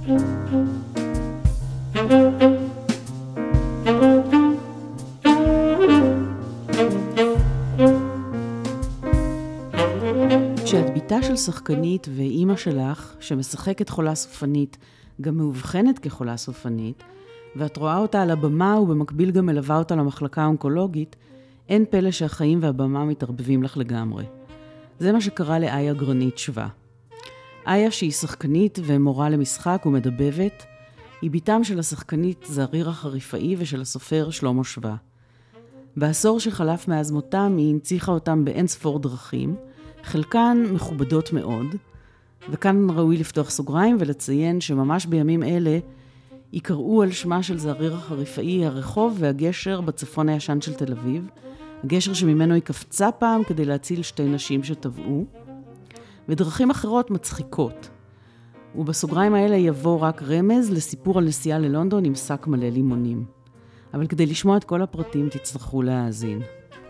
כשאת ביתה של שחקנית ואימא שלך, שמשחקת חולה סופנית, גם מאובחנת כחולה סופנית, ואת רואה אותה על הבמה ובמקביל גם מלווה אותה למחלקה האונקולוגית, אין פלא שהחיים והבמה מתערבבים לך לגמרי. זה מה שקרה לאיה גרנית שווה. איה, שהיא שחקנית ומורה למשחק ומדבבת, היא ביתם של השחקנית זרירה חריפאי ושל הסופר שלמה שווה. בעשור שחלף מאז מותם היא הנציחה אותם באין ספור דרכים, חלקן מכובדות מאוד, וכאן ראוי לפתוח סוגריים ולציין שממש בימים אלה יקראו על שמה של זרירה חריפאי הרחוב והגשר בצפון הישן של תל אביב, הגשר שממנו היא קפצה פעם כדי להציל שתי נשים שטבעו, ודרכים אחרות מצחיקות. ובסוגריים האלה יבוא רק רמז לסיפור על נסיעה ללונדון עם שק מלא לימונים. אבל כדי לשמוע את כל הפרטים תצטרכו להאזין.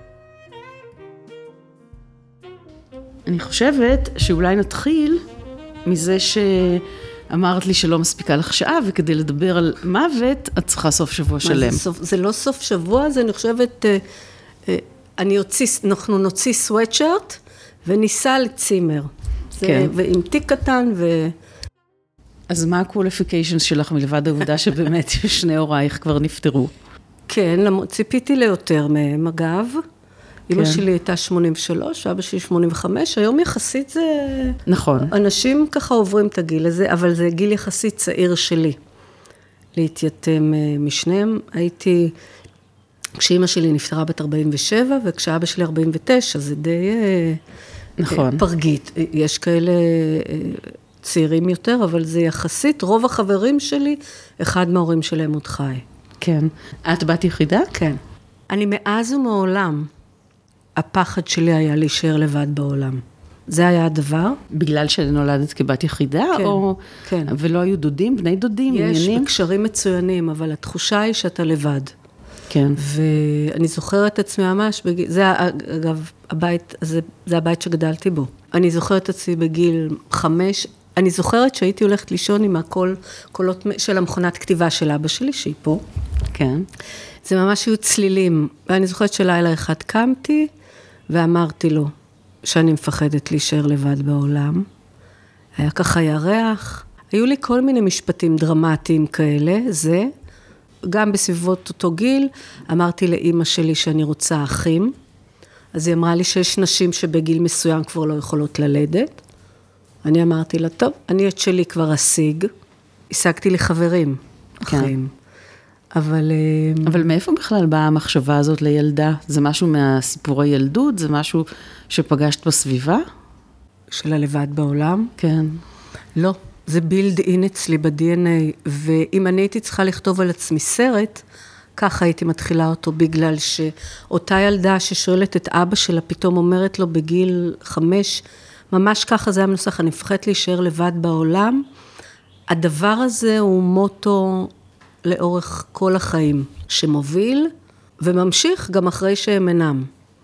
אני חושבת שאולי נתחיל מזה שאמרת לי שלא מספיקה לך שעה, וכדי לדבר על מוות, את צריכה סוף שבוע שלם. זה לא סוף שבוע, זה אני חושבת, אנחנו נוציא סוואטשרט, וניסע לצימר. כן. ועם תיק קטן אז מה הקוליפיקיישנס שלך מלבד העובדה שבאמת שני הורייך כבר נפטרו? כן, ציפיתי ליותר מהם, אגב. אמא שלי הייתה 83, אבא שלי 85, היום יחסית זה... נכון. אנשים ככה עוברים את הגיל הזה, אבל זה גיל יחסית צעיר שלי. להתייתם משניהם, הייתי... כשאמא שלי נפטרה בת 47, וכשאבא שלי 49, זה די... נכון. פרגית. יש כאלה צעירים יותר, אבל זה יחסית, רוב החברים שלי, אחד מההורים שלהם עוד חי. כן. את בת יחידה? כן. אני מאז ומעולם, הפחד שלי היה להישאר לבד בעולם. זה היה הדבר. בגלל שנולדת כבת יחידה? כן, או... כן. ולא היו דודים, בני דודים, עניינים? יש קשרים מצוינים, אבל התחושה היא שאתה לבד. כן. ואני זוכרת את עצמי ממש, זה אגב, זה הבית שגדלתי בו. אני זוכרת את עצמי בגיל 5, אני זוכרת שהייתי הולכת לישון עם הקולות של המכונת כתיבה של אבא שלי, שהיא פה. כן. זה ממש היו צלילים, ואני זוכרת שלילה אחד קמתי, ואמרתי לו שאני מפחדת להישאר לבד בעולם. היה ככה ירח, היו לי כל מיני משפטים דרמטיים כאלה, זה, גם בסביבות אותו גיל, אמרתי לאמא שלי שאני רוצה אחים, אז היא אמרה לי שיש נשים שבגיל מסוים כבר לא יכולות ללדת, אני אמרתי לה, טוב, אני את שלי כבר אשיג, השגתי לי חברים, אחים. אבל מאיפה בכלל באה המחשבה הזאת לילדה? זה משהו מהסיפור הילדות? זה משהו שפגשת בסביבה? של הלבד בעולם? כן. לא, זה בילד אין אצלי ב-DNA, ואם אני הייתי צריכה לכתוב על עצמי סרט, ככה הייתי מתחילה אותו, בגלל שאותה ילדה ששואלת את אבא שלה, פתאום אומרת לו בגיל 5, ממש ככה זה המנוסח, אני מפחדת להישאר לבד בעולם. הדבר הזה הוא מוטו לאורך כל החיים, שמוביל וממשיך גם אחרי שהם אינם.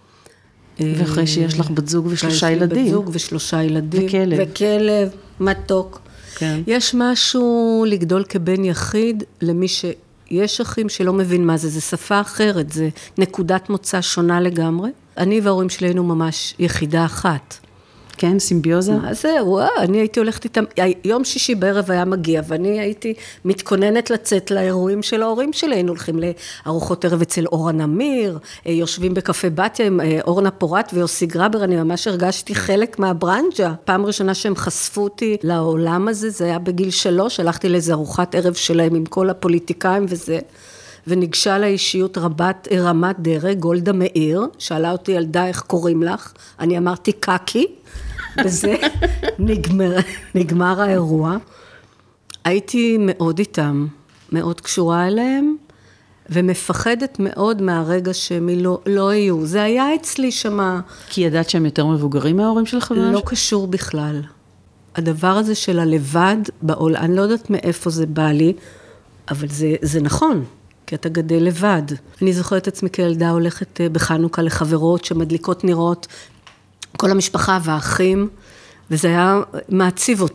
ואחרי שיש לך בת זוג ושלושה ילדים. בת זוג ושלושה ילדים. וכלב. וכלב, מתוק. כן. יש משהו לגדול כבן יחיד, למי שיש אחים שלא מבין מה זה, זה שפה אחרת, זה נקודת מוצא שונה לגמרי. אני וההורים שלי היינו ממש יחידה אחת. כן, סימביוזה. מה זה? וואו, אני הייתי הולכת איתם, יום שישי בערב היה מגיע, ואני הייתי מתכוננת לצאת לאירועים של ההורים שלי, היינו הולכים לארוחות ערב אצל אורה נמיר, יושבים בקפה בתיה עם אורנה פורט ויוסי גרבר, אני ממש הרגשתי חלק מהברנג'ה. פעם ראשונה שהם חשפו אותי לעולם הזה, זה היה בגיל 3, הלכתי לאיזו ארוחת ערב שלהם עם כל הפוליטיקאים וזה, וניגשה לאישיות רמת דרג, גולדה מאיר, שאלה אותי ילדה איך קוראים לך, אני אמרתי קקי, וזה נגמר האירוע. הייתי מאוד איתם, מאוד קשורה אליהם, ומפחדת מאוד מהרגע שהם לא יהיו. זה היה אצלי שמה... כי ידעת שהם יותר מבוגרים מההורים שלך? לא קשור בכלל. הדבר הזה של הלבד בעולם, אני לא יודעת מאיפה זה בא לי, אבל זה נכון. כי אתה גדל לבד. אני זוכרת את עצמי כילדה הולכת בחנוכה לחברות שמדליקות נרות, כל המשפחה והאחים, וזה היה מעציב אותי.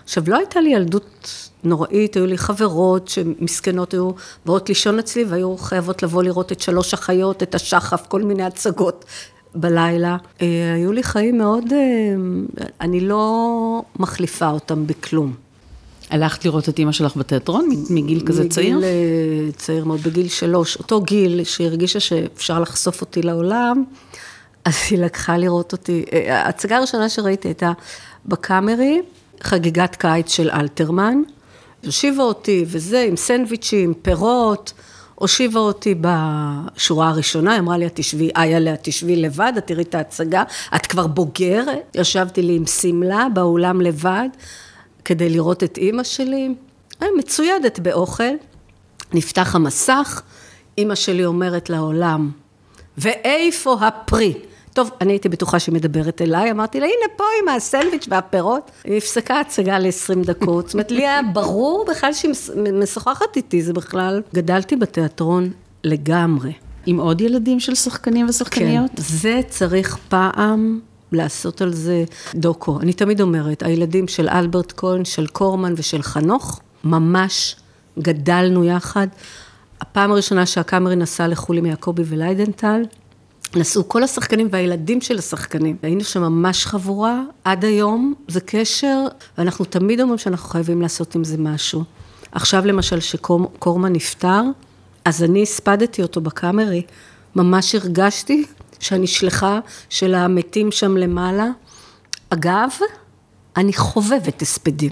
עכשיו, לא הייתה לי ילדות נוראית, היו לי חברות שמסכנות היו באות לישון אצלי, והיו חייבות לבוא לראות את 3 אחיות, את השחף, כל מיני הצגות בלילה. היו לי חיים מאוד, אני לא מחליפה אותם בכלום. הלכת לראות את אמא שלך בתיאטרון מגיל כזה צעיר? מגיל צעיר מאוד, בגיל 3, אותו גיל שהרגישה שאפשר לחשוף אותי לעולם, אז היא לקחה לראות אותי. ההצגה הראשונה שראיתי הייתה בקאמרי, חגיגת קיץ של אלתרמן, הושיבה אותי וזה, עם סנדוויצ'ים, פירות, הושיבה אותי בשורה הראשונה, אמרה לי, את תשבי לבד, את תראי את ההצגה, את כבר בוגר, ישבתי לי עם סמלה באולם לבד, כדי לראות את אמא שלי, מצוידת באוכל, נפתח המסך, אמא שלי אומרת לעולם, ואיפה הפרי? טוב, אני הייתי בטוחה שהיא מדברת אליי, אמרתי לה, הנה פה עם הסנדוויץ' והפירות, היא הפסקה הצגה ל-20 דקות, זאת אומרת, לי היה ברור בכלל שהיא משוחחת איתי, זה בכלל, גדלתי בתיאטרון לגמרי. עם עוד ילדים של שחקנים ושחקניות? כן, זה צריך פעם לעשות על זה דוקו. אני תמיד אומרת, הילדים של אלברט כהן, של קורמן ושל חנוך, ממש גדלנו יחד. הפעם הראשונה שהקאמרי נסע לחול עם יעקבי וליידנטל, נסעו כל השחקנים והילדים של השחקנים. היינו שם ממש חבורה, עד היום זה קשר, ואנחנו תמיד אומרים שאנחנו חייבים לעשות עם זה משהו. עכשיו למשל שקורמן נפטר, אז אני הספדתי אותו בקאמרי, ממש הרגשתי שאני שלחה של המתים שם למעלה. אגב, אני חובבת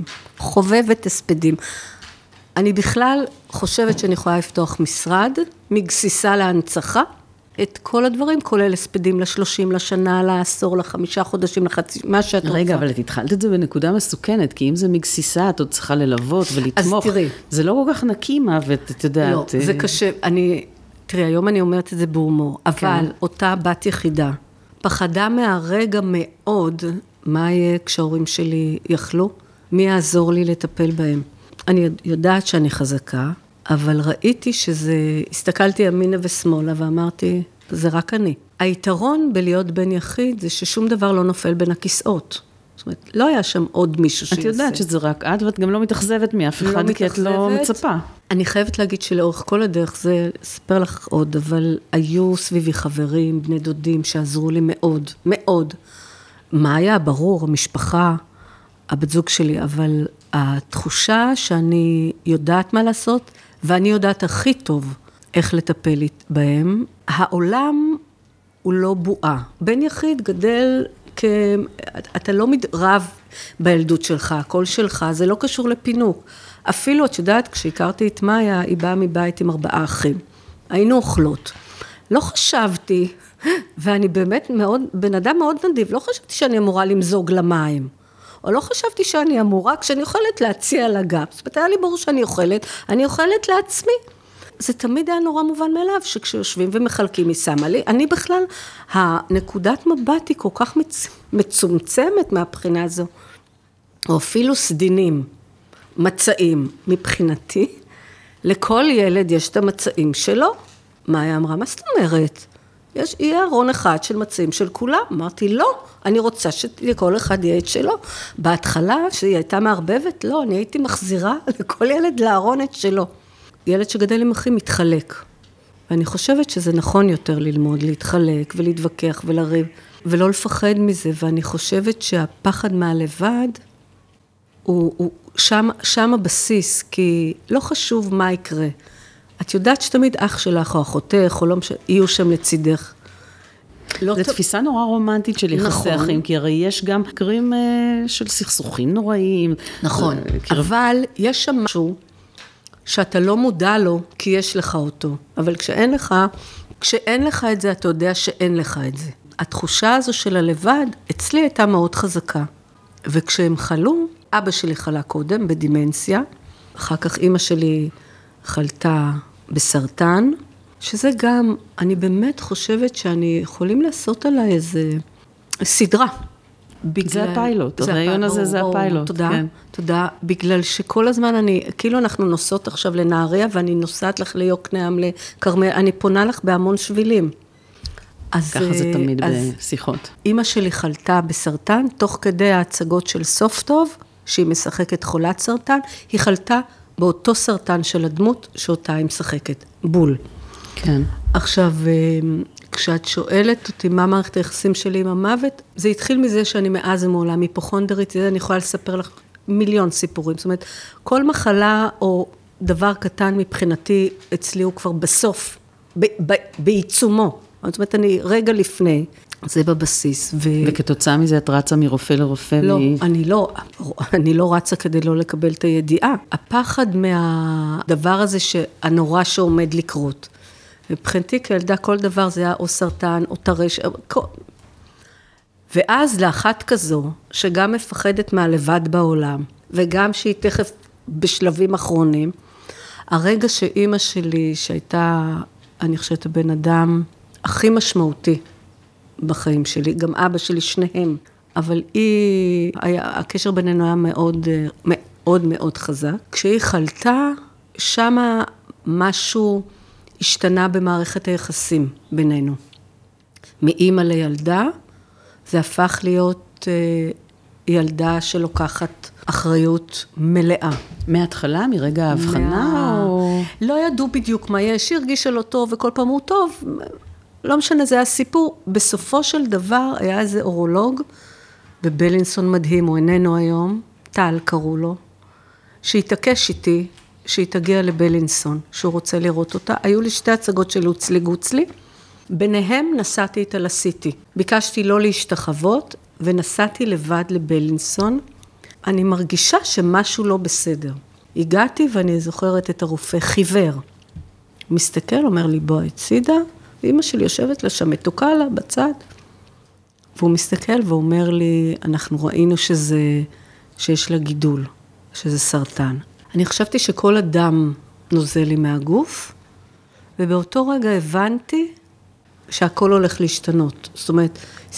הספדים. אני בכלל חושבת שאני יכולה לפתוח משרד, מגסיסה להנצחה, את כל הדברים, כולל הספדים ל-30, לשנה, לעשור, ל5 חודשים, לחצי, מה שאת רוצה. רגע, אבל את התחלת את זה בנקודה מסוכנת, כי אם זה מגסיסה, את עוד צריכה ללוות ולתמוך. אז תראי. זה לא כל כך נקי מוות, את יודעת. לא, זה קשה. תראי, היום אני אומרת את זה בהומור, אבל אותה בת יחידה, פחדה מהרגע מאוד, מה יהיה כשההורים שלי יכלו? מי יעזור לי לטפל בהם? אני יודעת שאני חזקה, אבל ראיתי שזה, הסתכלתי ימינה ושמאלה ואמרתי, זה רק אני. היתרון בלהיות בן יחיד זה ששום דבר לא נופל בין הכיסאות. זאת אומרת, לא היה שם עוד מישהו שיעשה. את יודעת שזה רק את, ואת גם לא מתאכזבת מאף אחד, כי את לא מצפה. אני חייבת להגיד שלאורך כל הדרך, זה אספר לך עוד, אבל היו סביבי חברים, בני דודים, שעזרו לי מאוד, מאוד. מה היה? ברור, המשפחה, הבת זוג שלי, אבל התחושה שאני יודעת מה לעשות, ואני יודעת הכי טוב איך לטפל בהם, העולם הוא לא בועה. בן יחיד גדל אתה לא מתרב בילדות שלך, הכל שלך, זה לא קשור לפינוק. אפילו, את יודעת, כשהכרתי את מאיה, היא באה מבית עם 4 אחים. היינו אוכלות. לא חשבתי, ואני באמת מאוד, בן אדם מאוד נדיב, לא חשבתי שאני אמורה למזוג למים. או לא חשבתי שאני אמורה, כשאני אוכלת להציע לגב. זאת אומרת, היה לי ברור שאני אוכלת, אני אוכלת לעצמי. זה תמיד היה נורא מובן מאליו, שכשיושבים ומחלקים היא שמה לי, אני בכלל, הנקודת מבט היא כל כך מצומצמת מהבחינה הזו, או אפילו סדינים, מצעים, מבחינתי, לכל ילד יש את המצעים שלו. מאיה אמרה, מה זאת אומרת? יהיה ארון אחד של מצעים של כולם. אמרתי, לא, אני רוצה שלכל אחד יהיה את שלו. בהתחלה, שהיא הייתה מערבבת, לא, אני הייתי מחזירה לכל ילד לארון את שלו. ילד שגדל עם אחים מתחלק. ואני חושבת שזה נכון יותר ללמוד, להתחלק ולהתווכח ולריב, ולא לפחד מזה. ואני חושבת שהפחד מהלבד, הוא שם הבסיס, כי לא חשוב מה יקרה. את יודעת שתמיד אח שלך או אחותך, או לא משנה, יהיו שם לצידך. זו תפיסה נורא רומנטית של יחסי אחים, כי הרי יש גם מקרים של סכסוכים נוראיים. נכון, אבל יש שם משהו שאתה לא מודע לו, כי יש לך אותו. אבל כשאין לך את זה, אתה יודע שאין לך את זה. התחושה הזו של הלבד, אצלי הייתה מאוד חזקה. וכשהם חלו, אבא שלי חלה קודם בדימנציה, אחר כך אמא שלי חלתה בסרטן, שזה גם, אני באמת חושבת שאני יכולים לעשות עליי איזה סדרה. זה הפיילוט, הרעיון הזה זה הפיילוט. תודה, תודה. בגלל שכל הזמן כאילו אנחנו נוסעות עכשיו לנהריה, ואני נוסעת לך ליוקנעם, לכרמל, אני פונה לך בהמון שבילים. ככה זה תמיד בשיחות. אמא שלי חלתה בסרטן, תוך כדי ההצגות של סוף טוב, שהיא משחקת חולת סרטן, היא חלתה באותו סרטן של הדמות שאותה היא משחקת, בול. כן. עכשיו, כשאת שואלת אותי מה מערכת היחסים שלי עם המוות, זה התחיל מזה שאני מאז ומעולם היפוכונדרית, אני יכולה לספר לך מיליון סיפורים, זאת אומרת, כל מחלה או דבר קטן מבחינתי אצלי הוא כבר בסוף, בעיצומו, זאת אומרת, אני רגע לפני, זה בבסיס. וכתוצאה מזה את רצה מרופא לרופא? לא, אני לא רצה כדי לא לקבל את הידיעה. הפחד מהדבר הזה שהנורא שעומד לקרות. מבחינתי כילדה כל דבר זה היה או סרטן או טרש, ואז לאחת כזו, שגם מפחדת מהלבד בעולם, וגם שהיא תכף בשלבים אחרונים, הרגע שאימא שלי, שהייתה, אני חושבת, הבן אדם הכי משמעותי בחיים שלי, גם אבא שלי, שניהם, אבל הקשר בינינו היה מאוד, מאוד, מאוד חזק. כשהיא חלתה, שמה משהו השתנה במערכת היחסים בינינו. מאמא לילדה, זה הפך להיות ילדה שלוקחת אחריות מלאה. מההתחלה, מרגע ההבחנה? או... לא ידעו בדיוק מה יש, היא הרגישה לו טוב וכל פעם הוא טוב, לא משנה, זה היה סיפור. בסופו של דבר היה איזה אורולוג בבלינסון מדהים, הוא איננו היום, טל קראו לו, שהתעקש איתי, שהיא תגיע לבלינסון, שהוא רוצה לראות אותה. היו לי 2 הצגות של גוצלי, ביניהם נסעתי איתה לסיטי. ביקשתי לא להשתחוות, ונסעתי לבד לבלינסון. אני מרגישה שמשהו לא בסדר. הגעתי ואני זוכרת את הרופא חיוור. הוא מסתכל, אומר לי, בוא הצידה, ואמא שלי יושבת לה שם, מתוקה לה בצד. והוא מסתכל ואומר לי, אנחנו ראינו שיש לה גידול, שזה סרטן. אני חשבתי שכל הדם נוזל לי מהגוף, ובאותו רגע הבנתי שהכל הולך להשתנות. זאת אומרת,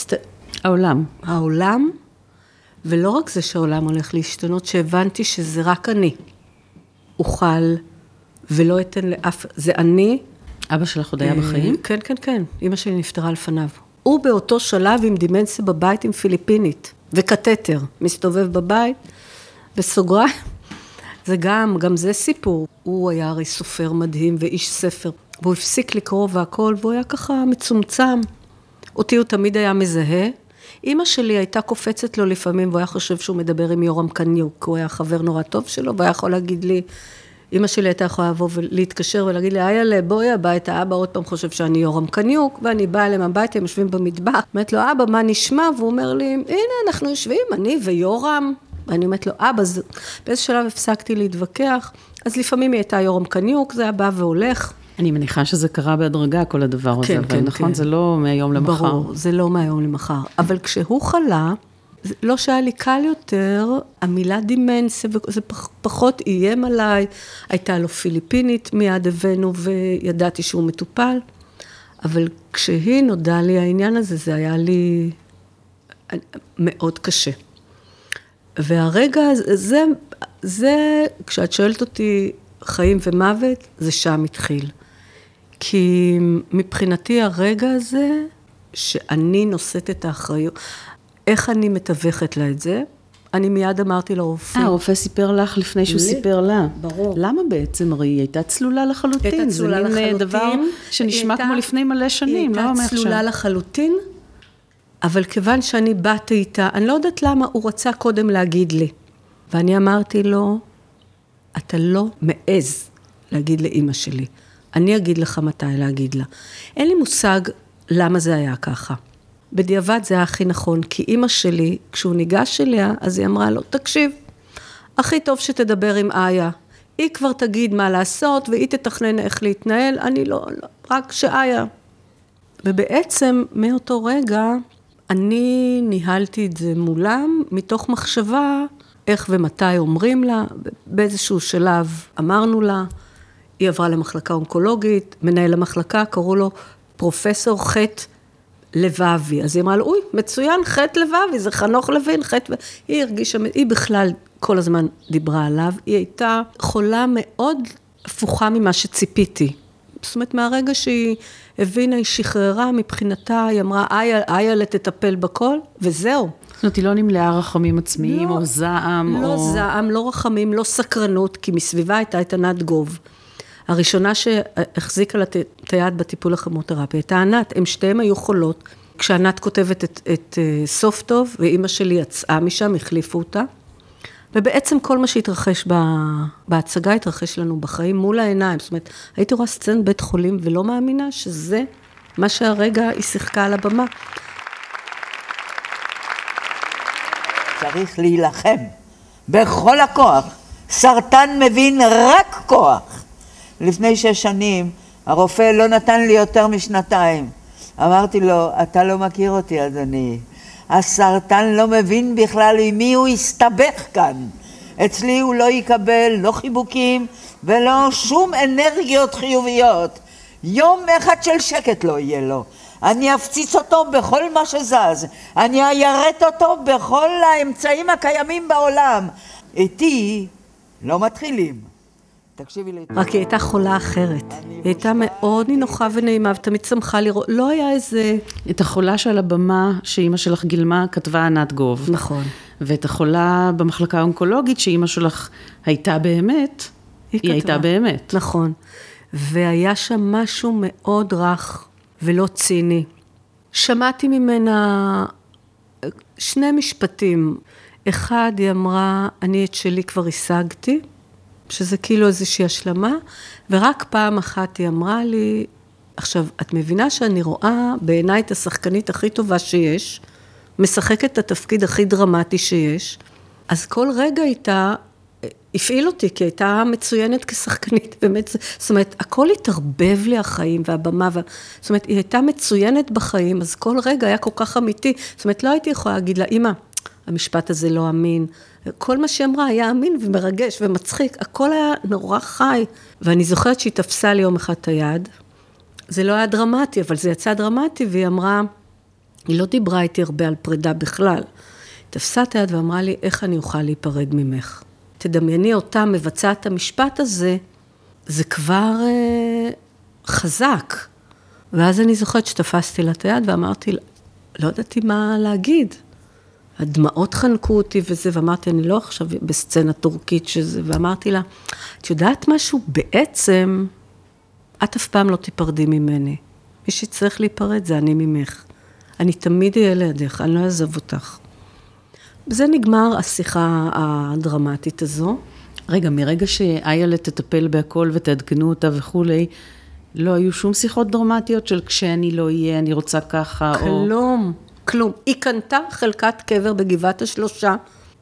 העולם, ולא רק זה שהעולם הולך להשתנות, שהבנתי שזה רק אני אוכל, ולא אתן לאף, זה אני. אבא שלך עוד היה בחיים? כן, כן, כן. אמא שלי נפטרה לפניו. הוא באותו שלב עם דימנציה בבית עם פיליפינית, וקטטר, מסתובב בבית, בסוגריים. זה גם זה סיפור. הוא היה הרי סופר מדהים ואיש ספר, והוא הפסיק לקרוא והכל, והוא היה ככה מצומצם. אותי הוא תמיד היה מזהה. אמא שלי הייתה קופצת לו לפעמים, והוא היה חושב שהוא מדבר עם יורם קניוק, הוא היה חבר נורא טוב שלו, והוא היה יכול להגיד לי, אמא שלי הייתה יכולה לבוא ולהתקשר ולהגיד לי, איילה, בואי הביתה, אבא עוד פעם חושב שאני יורם קניוק, ואני באה אליהם הביתה, הם יושבים במטבח. אומרת לו, אבא, מה נשמע? והוא אומר לי, הנה, אנחנו יושבים, אני ויורם. ואני אומרת לו, אבא, באיזה שלב הפסקתי להתווכח, אז לפעמים היא הייתה יורם קניוק, זה היה בא והולך. אני מניחה שזה קרה בהדרגה, כל הדבר הזה, אבל נכון, זה לא מהיום למחר. ברור, זה לא מהיום למחר. אבל כשהוא חלה, לא שהיה לי קל יותר, המילה דימנציה, זה פחות איים עליי, הייתה לו פיליפינית, מיד הבאנו וידעתי שהוא מטופל, אבל כשהיא נודע לי העניין הזה, זה היה לי מאוד קשה. והרגע זה, כשאת שואלת אותי חיים ומוות, זה שם התחיל. כי מבחינתי הרגע הזה, שאני נושאת את האחריות, איך אני מתווכת לה את זה? אני מיד אמרתי לרופא. הרופא סיפר לך לפני שהוא סיפר לה. ברור. למה בעצם? הרי היא הייתה צלולה לחלוטין. הייתה צלולה לחלוטין. זה מין דבר שנשמע כמו לפני מלא שנים, לא אומר עכשיו. היא הייתה צלולה לחלוטין, אבל כיוון שאני באתי איתה, אני לא יודעת למה הוא רצה קודם להגיד לי. ואני אמרתי לו, אתה לא מעז להגיד לאמא שלי. אני אגיד לך מתי להגיד לה. אין לי מושג למה זה היה ככה. בדיעבד זה היה הכי נכון, כי אמא שלי, כשהוא ניגש אליה, אז היא אמרה לו, תקשיב, הכי טוב שתדבר עם איה. היא כבר תגיד מה לעשות, והיא תתכנן איך להתנהל, אני לא, רק שאיה. ובעצם מאותו רגע, אני ניהלתי את זה מולם, מתוך מחשבה, איך ומתי אומרים לה, באיזשהו שלב אמרנו לה, היא עברה למחלקה אונקולוגית, מנהל המחלקה, קראו לו פרופסור ח' לבבי, אז היא אמרה לו, אוי, מצוין, ח' לבבי, זה חנוך לוין, היא הרגישה, היא בכלל כל הזמן דיברה עליו, היא הייתה חולה מאוד הפוכה ממה שציפיתי, זאת אומרת, מהרגע שהיא הבינה, היא שחררה מבחינתה, היא אמרה, איה תטפל בכל, וזהו. זאת אומרת, היא לא נמלאה רחמים עצמיים, או זעם, לא או... זעם, לא רחמים, לא סקרנות, כי מסביבה הייתה את ענת גוב. הראשונה שהחזיקה לה את היד בטיפול הכימותרפי, הייתה ענת, הם שתיהם היו חולות. כשענת כותבת את סוף טוב, ואימא שלי יצאה משם, החליפו אותה. ובעצם כל מה שהתרחש בהצגה, התרחש לנו בחיים מול העיניים. זאת אומרת, הייתי רואה סצנת בית חולים, ולא מאמינה שזה מה שהרגע היא שיחקה על הבמה. צריך להילחם בכל הכוח. סרטן מבין רק כוח. לפני 6 שנים, הרופא לא נתן לי יותר משנתיים. אמרתי לו, אתה לא מכיר אותי, אדוני. הסרטן לא מבין בכלל עם מי הוא יסתבך כאן. אצלי הוא לא יקבל לא חיבוקים ולא שום אנרגיות חיוביות. יום אחד של שקט לא יהיה לו. אני אפציץ אותו בכל מה שזז. אני איירט אותו בכל האמצעים הקיימים בעולם. איתי לא מתחילים. תקשיבי לי. רק היא הייתה חולה אחרת. היא הייתה מאוד נינוחה ונעימה, ותמיד שמחה לראות. לא היה איזה... את החולה שעל הבמה שאימא שלך גילמה, כתבה ענת גוב. נכון. ואת החולה במחלקה האונקולוגית שאימא שלך הייתה באמת, היא הייתה באמת. נכון. והיה שם משהו מאוד רך ולא ציני. שמעתי ממנה 2 משפטים. אחד, היא אמרה, אני את שלי כבר השגתי, שזה כאילו איזושהי השלמה, ורק פעם אחת היא אמרה לי, עכשיו, את מבינה שאני רואה בעיניי את השחקנית הכי טובה שיש, משחקת את התפקיד הכי דרמטי שיש, אז כל רגע איתה, הפעיל אותי, כי הייתה מצוינת כשחקנית, באמת, זאת אומרת, הכל התערבב לי החיים והבמה, זאת אומרת, היא הייתה מצוינת בחיים, אז כל רגע היה כל כך אמיתי, זאת אומרת, לא הייתי יכולה להגיד לה, אמא, המשפט הזה לא אמין, כל מה שהיא אמרה היה אמין ומרגש ומצחיק, הכל היה נורא חי, ואני זוכרת שהיא תפסה לי יום אחד את היד, זה לא היה דרמטי, אבל זה יצא דרמטי, והיא אמרה, היא לא דיברה איתי הרבה על פרידה בכלל, היא תפסה את היד ואמרה לי, איך אני אוכל להיפרד ממך? תדמייני אותה מבצעת את המשפט הזה, זה כבר חזק. ואז אני זוכרת שתפסתי לה את היד ואמרתי, לא ידעתי מה להגיד. הדמעות חנקו אותי וזה, ואמרתי, אני לא עכשיו בסצנה טורקית שזה, ואמרתי לה, את יודעת משהו? בעצם, את אף פעם לא תיפרדי ממני. מי שצריך להיפרד זה אני ממך. אני תמיד אהיה לידך, אני לא אעזב אותך. בזה נגמר השיחה הדרמטית הזו. רגע, מרגע שאיילה תטפל בהכל ותעדכנו אותה וכולי, לא היו שום שיחות דרמטיות של כשאני לא אהיה, אני רוצה ככה, כלום, כלום. היא קנתה חלקת קבר בגבעת השלושה,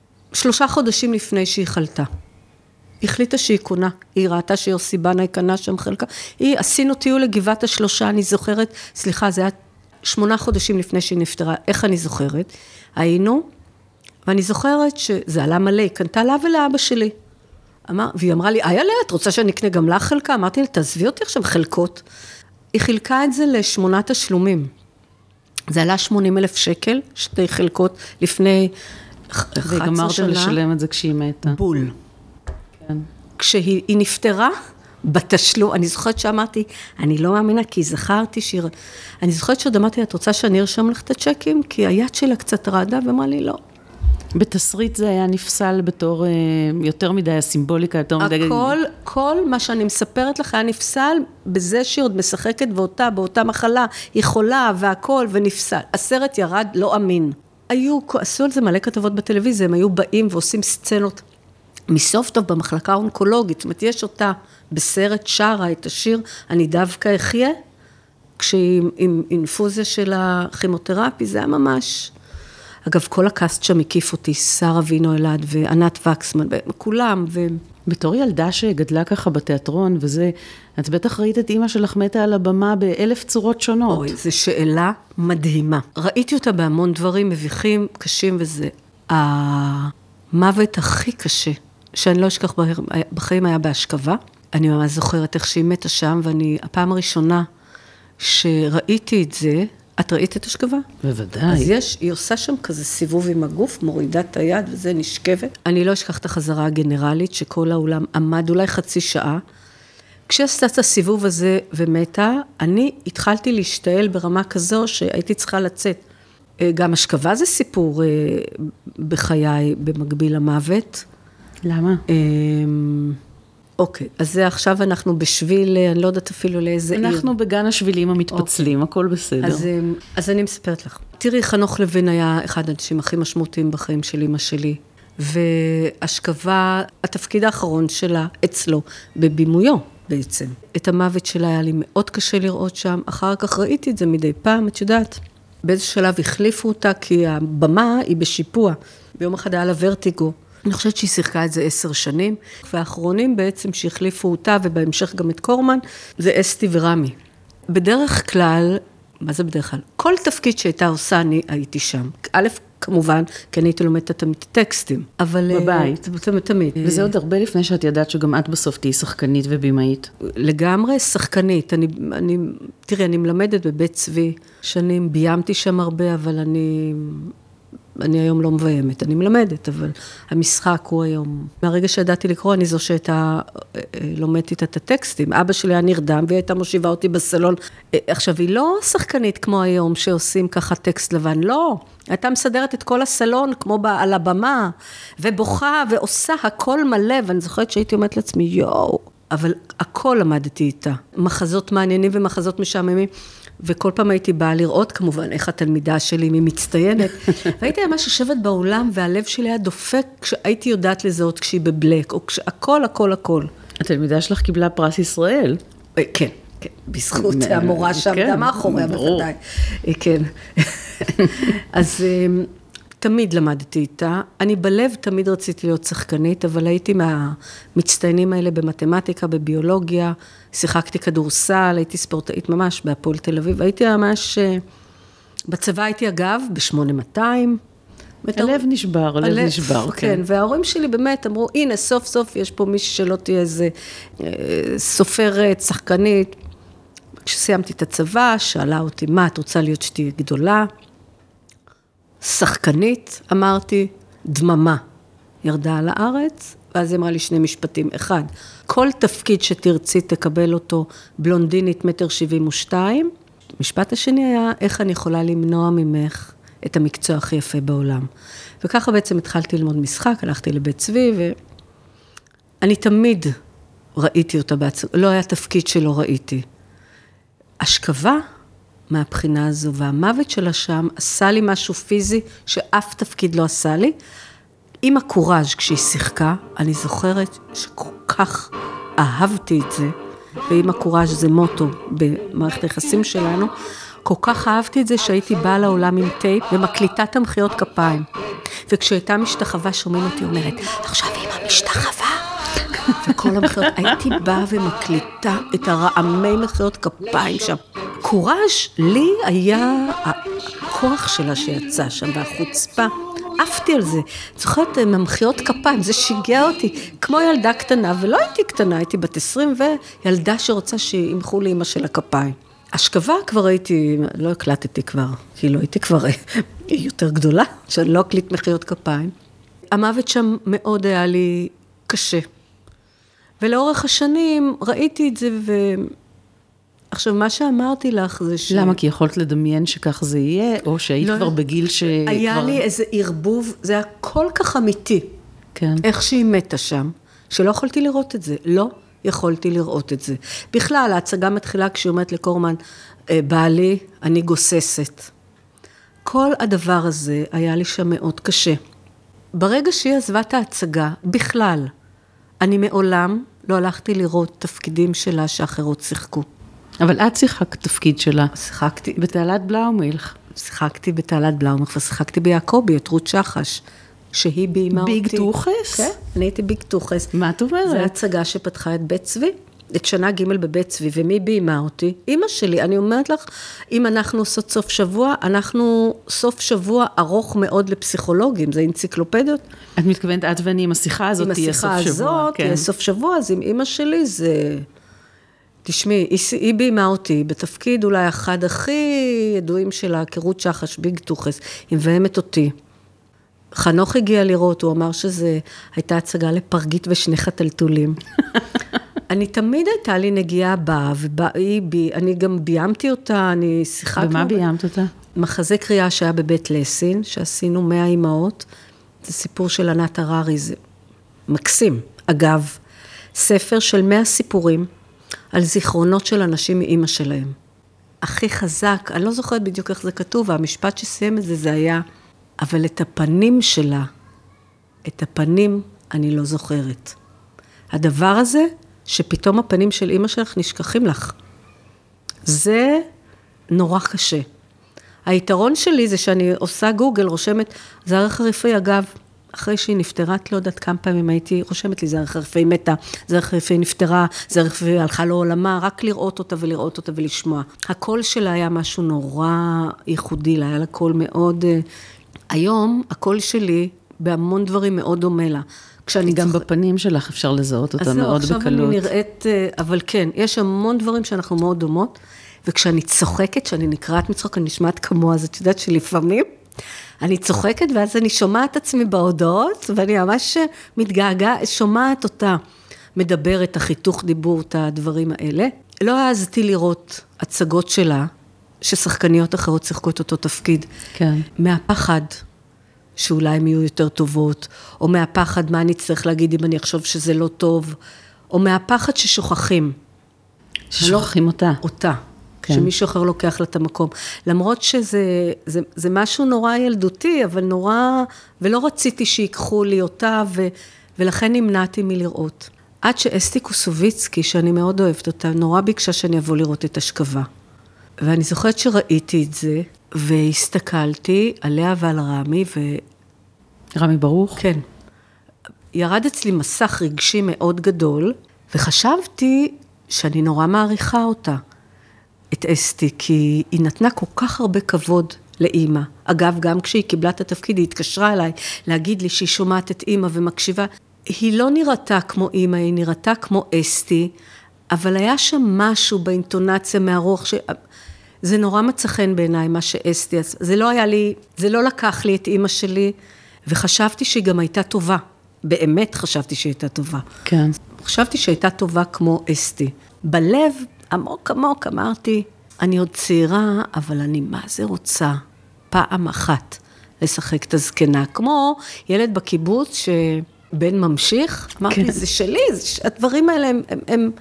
3 חודשים לפני שהיא חלתה. היא החליטה שהיא קונה, היא ראתה שיוסי בנה קנה שם חלקה. עשינו טיול לגבעת השלושה, אני זוכרת, סליחה, זה היה 8 חודשים לפני שהיא נפטרה, איך אני זוכרת? היינו, ואני זוכרת שזה עלה מלא, היא קנתה לה ולאבא שלי. והיא אמרה לי, איילה, את רוצה שאני אקנה גם לך חלקה? אמרתי לה, תעזבי אותי עכשיו חלקות. היא חילקה את זה ל8 תשלומים. זה עלה 80,000 שקל, 2 חלקות לפני 11 שנה. וגמרתם לשלם את זה כשהיא מתה. בול. כן. כשהיא נפטרה, בתשלום, אני זוכרת שאמרתי, אני לא מאמינה, כי זכרתי שהיא... אני זוכרת שעוד אמרתי, את רוצה שאני ארשום לך את הצ'קים? כי היד שלה קצת רעדה, ואמרה לי, לא. בתסריט זה היה נפסל בתור יותר מדי הסימבוליקה, יותר מדי... כל מה שאני מספרת לך היה נפסל בזה שהיא עוד משחקת באותה מחלה, היא חולה והכל ונפסל. הסרט ירד לא אמין. עשו על זה מלא כתבות בטלוויזיה, הם היו באים ועושים סצנות מסוף טוב במחלקה האונקולוגית, זאת אומרת, יש אותה בסרט שרה את השיר, אני דווקא אחיה, כשהיא עם אינפוזיה של הכימותרפי, זה היה ממש... אגב, כל הקאסט שם הקיף אותי, שרה וינו אלעד וענת וקסמן, כולם. בתור ילדה שגדלה ככה בתיאטרון, וזה, את בטח ראית את אמא שלך מתה על הבמה ב1000 צורות שונות. אוי, זו שאלה מדהימה. ראיתי אותה בהמון דברים מביכים, קשים, וזה המוות הכי קשה, שאני לא אשכח בחיים היה בהשכבה. אני ממש זוכרת איך שהיא מתה שם, ואני, הפעם הראשונה שראיתי את זה, את ראית את השכבה? בוודאי. אז היא עושה שם כזה סיבוב עם הגוף, מורידה את היד וזה נשכבת. אני לא אשכח את החזרה הגנרלית, שכל העולם עמד אולי חצי שעה. כשעשתה את הסיבוב הזה ומתה, אני התחלתי להשתעל ברמה כזו שהייתי צריכה לצאת. גם השכבה זה סיפור בחיי במקביל למוות. למה? אוקיי, אז זה עכשיו אנחנו בשביל, אני לא יודעת אפילו לאיזה עיר. אנחנו בגן השבילים המתפצלים, הכל בסדר. אז אני מספרת לך. תראי, חנוך לוין היה אחד האנשים הכי משמעותיים בחיים של אמא שלי, והשכבה, התפקיד האחרון שלה אצלו, בבימויו בעצם. את המוות שלה היה לי מאוד קשה לראות שם, אחר כך ראיתי את זה מדי פעם, את יודעת. באיזה שלב החליפו אותה, כי הבמה היא בשיפוע. ביום אחד היה לה ורטיגו. אני חושבת שהיא שיחקה את זה 10 שנים, והאחרונים בעצם שהחליפו אותה, ובהמשך גם את קורמן, זה אסתי ורמי. בדרך כלל, מה זה בדרך כלל? כל תפקיד שהייתה עושה, אני הייתי שם. א', כמובן, כי אני הייתי לומדת תמיד טקסטים. אבל... בבית. תמיד. וזה עוד הרבה לפני שאת ידעת שגם את בסוף תהיי שחקנית ובימאית. לגמרי שחקנית. תראי, אני מלמדת בבית צבי שנים, ביימתי שם הרבה, אבל אני היום לא מביימת, אני מלמדת, אבל המשחק הוא היום. מהרגע שידעתי לקרוא, אני זו שהייתה לומדת איתה את הטקסטים. אבא שלי היה נרדם, והיא הייתה מושיבה אותי בסלון. עכשיו, היא לא שחקנית כמו היום, שעושים ככה טקסט לבן, לא. הייתה מסדרת את כל הסלון, כמו על הבמה, ובוכה, ועושה הכל מלא, ואני זוכרת שהייתי אומרת לעצמי, יואו, אבל הכל למדתי איתה. מחזות מעניינים ומחזות משעממים, וכל פעם הייתי באה לראות, כמובן, איך התלמידה שלי, היא מצטיינת, והייתי ממש יושבת באולם, והלב שלי היה דופק, כשהייתי יודעת לזהות כשהיא בבלק, או הכל, הכל, הכל. התלמידה שלך קיבלה פרס ישראל. כן, כן, בזכות המורה שעמדה מאחוריה בוודאי. כן. אז תמיד למדתי איתה. אני בלב תמיד רציתי להיות שחקנית, אבל הייתי מהמצטיינים האלה במתמטיקה, בביולוגיה, שיחקתי כדורסל, הייתי ספורטאית ממש בהפועל תל אביב, הייתי ממש, בצבא הייתי אגב, ב-8200. הלב נשבר, הלב נשבר, כן. וההורים שלי באמת אמרו, הנה, סוף סוף יש פה מישהו שלא תהיה איזה סופרת, שחקנית. כשסיימתי את הצבא, שאלה אותי, מה, את רוצה להיות שתהיה גדולה? שחקנית, אמרתי, דממה. ירדה על הארץ, ואז היא אמרה לי 2 משפטים. 1, כל תפקיד שתרצי תקבל אותו בלונדינית 1.72 מטר. המשפט השני היה, איך אני יכולה למנוע ממך את המקצוע הכי יפה בעולם. וככה בעצם התחלתי ללמוד משחק, הלכתי לבית צבי, ואני תמיד ראיתי אותה בהצגה, לא היה תפקיד שלא ראיתי. השכבה מהבחינה הזו, והמוות שלה שם עשה לי משהו פיזי שאף תפקיד לא עשה לי. עם הקוראז' כשהיא שיחקה, אני זוכרת שכל כך אהבתי את זה, ועם הקוראז' זה מוטו במערכת היחסים שלנו, כל כך אהבתי את זה שהייתי באה לעולם עם טייפ ומקליטה את המחיאות כפיים. וכשהייתה משתחווה, שומעים אותי אומרת, עכשיו אמא משתחווה. וכל המחיאות, הייתי באה ומקליטה את הרעמי מחיאות כפיים שם. קוראז' לי היה הכוח שלה שיצא שם, והחוצפה. עפתי על זה. זוכרת, ממחיאות כפיים, זה שיגע אותי, כמו ילדה קטנה, ולא הייתי קטנה, הייתי בת 20, וילדה שרוצה שימחו לאמא של הכפיים. השכבה כבר הייתי, לא הקלטתי כבר, כאילו הייתי כבר יותר גדולה, שאני לא אקליט מחיאות כפיים. המוות שם מאוד היה לי קשה. ולאורך השנים ראיתי את זה, עכשיו, מה שאמרתי לך זה למה? כי יכולת לדמיין שכך זה יהיה, או שהיית כבר בגיל שכבר... היה לי איזה ערבוב, זה היה כל כך אמיתי. כן. איך שהיא מתה שם, שלא יכולתי לראות את זה. לא יכולתי לראות את זה. בכלל, ההצגה מתחילה כשהיא אומרת לקורמן, בעלי, אני גוססת. כל הדבר הזה היה לי שם מאוד קשה. ברגע שהיא עזבה את ההצגה, בכלל, אני מעולם לא הלכתי לראות תפקידים שלה שאחרות שיחקו. אבל את שיחקת תפקיד שלה. שיחקתי. בתעלת בלאומילך. שיחקתי בתעלת בלאומילך, ושיחקתי ביעקובי, את רות שחש, שהיא ביימה אותי. ביג טוחס? כן, אני הייתי ביג טוחס. מה את אומרת? זו הצגה שפתחה את בית צבי, את שנה ג' בבית צבי, ומי ביימה אותי? אמא שלי, אני אומרת לך, אם אנחנו עושות סוף שבוע, אנחנו סוף שבוע ארוך מאוד לפסיכולוגים, זה אנציקלופדיות. את מתכוונת, את ואני עם השיחה הזאת תהיה סוף שבוע. עם השיחה הזאת תהיה סוף שבוע, אז עם אמא שלי זה... תשמעי, היא ביימה אותי בתפקיד אולי אחד הכי ידועים שלה, כרות שחש, ביג טוחס, היא מביימת אותי. חנוך הגיע לראות, הוא אמר שזה הייתה הצגה לפרגית ושני חתלתולים. אני תמיד הייתה לי נגיעה בה, אני גם ביימתי אותה, אני שיחקתי. ומה ביימת אותה? מחזה קריאה שהיה בבית לסין, שעשינו 100 אימהות, זה סיפור של ענת הררי, זה מקסים. אגב, ספר של 100 סיפורים על זיכרונות של אנשים מאמא שלהם. הכי חזק, אני לא זוכרת בדיוק איך זה כתוב, והמשפט שסיים את זה היה, אבל את הפנים שלה, את הפנים אני לא זוכרת. הדבר הזה, שפתאום הפנים של אמא שלך נשכחים לך. זה נורא קשה. היתרון שלי זה שאני עושה גוגל, רושמת, זהר חריפי, אגב, אחרי שהיא נפטרה, לא יודעת כמה פעמים הייתי רושמת לי, זהר חריפי מתה, זהר חריפי נפטרה, זהר חריפי הלכה לעולמה, רק לראות אותה ולראות אותה ולשמוע. הקול שלה היה משהו נורא ייחודי, היה לה קול מאוד... היום הקול שלי בהמון דברים מאוד דומה לה. גם בפנים שלך אפשר לזהות אותה מאוד בקלות. עכשיו אני נראית, אבל כן, יש המון דברים שאנחנו מאוד דומות, וכשאני צוחקת, כשאני נקראת מצחוק, אני נשמעת כמוה, אז את יודעת שלפעמים אני צוחקת, ואז אני שומעת עצמי בהודעות, ואני ממש מתגעגעת, שומעת אותה, מדברת, החיתוך דיבור, את הדברים האלה. לא העזתי לראות הצגות שלה, ששחקניות אחרות שיחקו את אותו תפקיד. כן. מהפחד, שאולי הן יהיו יותר טובות, או מהפחד מה אני צריך להגיד אם אני אחשוב שזה לא טוב, או מהפחד ששוכחים. ששוכחים אותה. אותה. כן. שמישהו אחר לוקח לה את המקום. למרות שזה משהו נורא ילדותי, אבל נורא, ולא רציתי שיקחו לי אותה, ולכן נמנעתי מלראות. עד שאסתי קוסוביצקי, שאני מאוד אוהבת אותה, נורא ביקשה שאני אבוא לראות את השכבה. ואני זוכרת שראיתי את זה, והסתכלתי עליה ועל רמי, רמי ברוך? כן. ירד אצלי מסך רגשי מאוד גדול, וחשבתי שאני נורא מעריכה אותה, את אסתי, כי היא נתנה כל כך הרבה כבוד לאמא. אגב, גם כשהיא קיבלה את התפקיד, היא התקשרה אליי להגיד לי שהיא שומעת את אמא ומקשיבה. היא לא נראתה כמו אמא, היא נראתה כמו אסתי, אבל היה שם משהו באינטונציה מהרוח זה נורא מצא חן בעיניי מה שאסתי, זה לא היה לי, זה לא לקח לי את אמא שלי, וחשבתי שהיא גם הייתה טובה, באמת חשבתי שהיא הייתה טובה. כן. חשבתי שהייתה טובה כמו אסתי. בלב, עמוק עמוק, אמרתי, אני עוד צעירה, אבל אני מה זה רוצה פעם אחת לשחק את הזקנה, כמו ילד בקיבוץ שבן ממשיך, אמרתי, כן. זה שלי, הדברים האלה הם...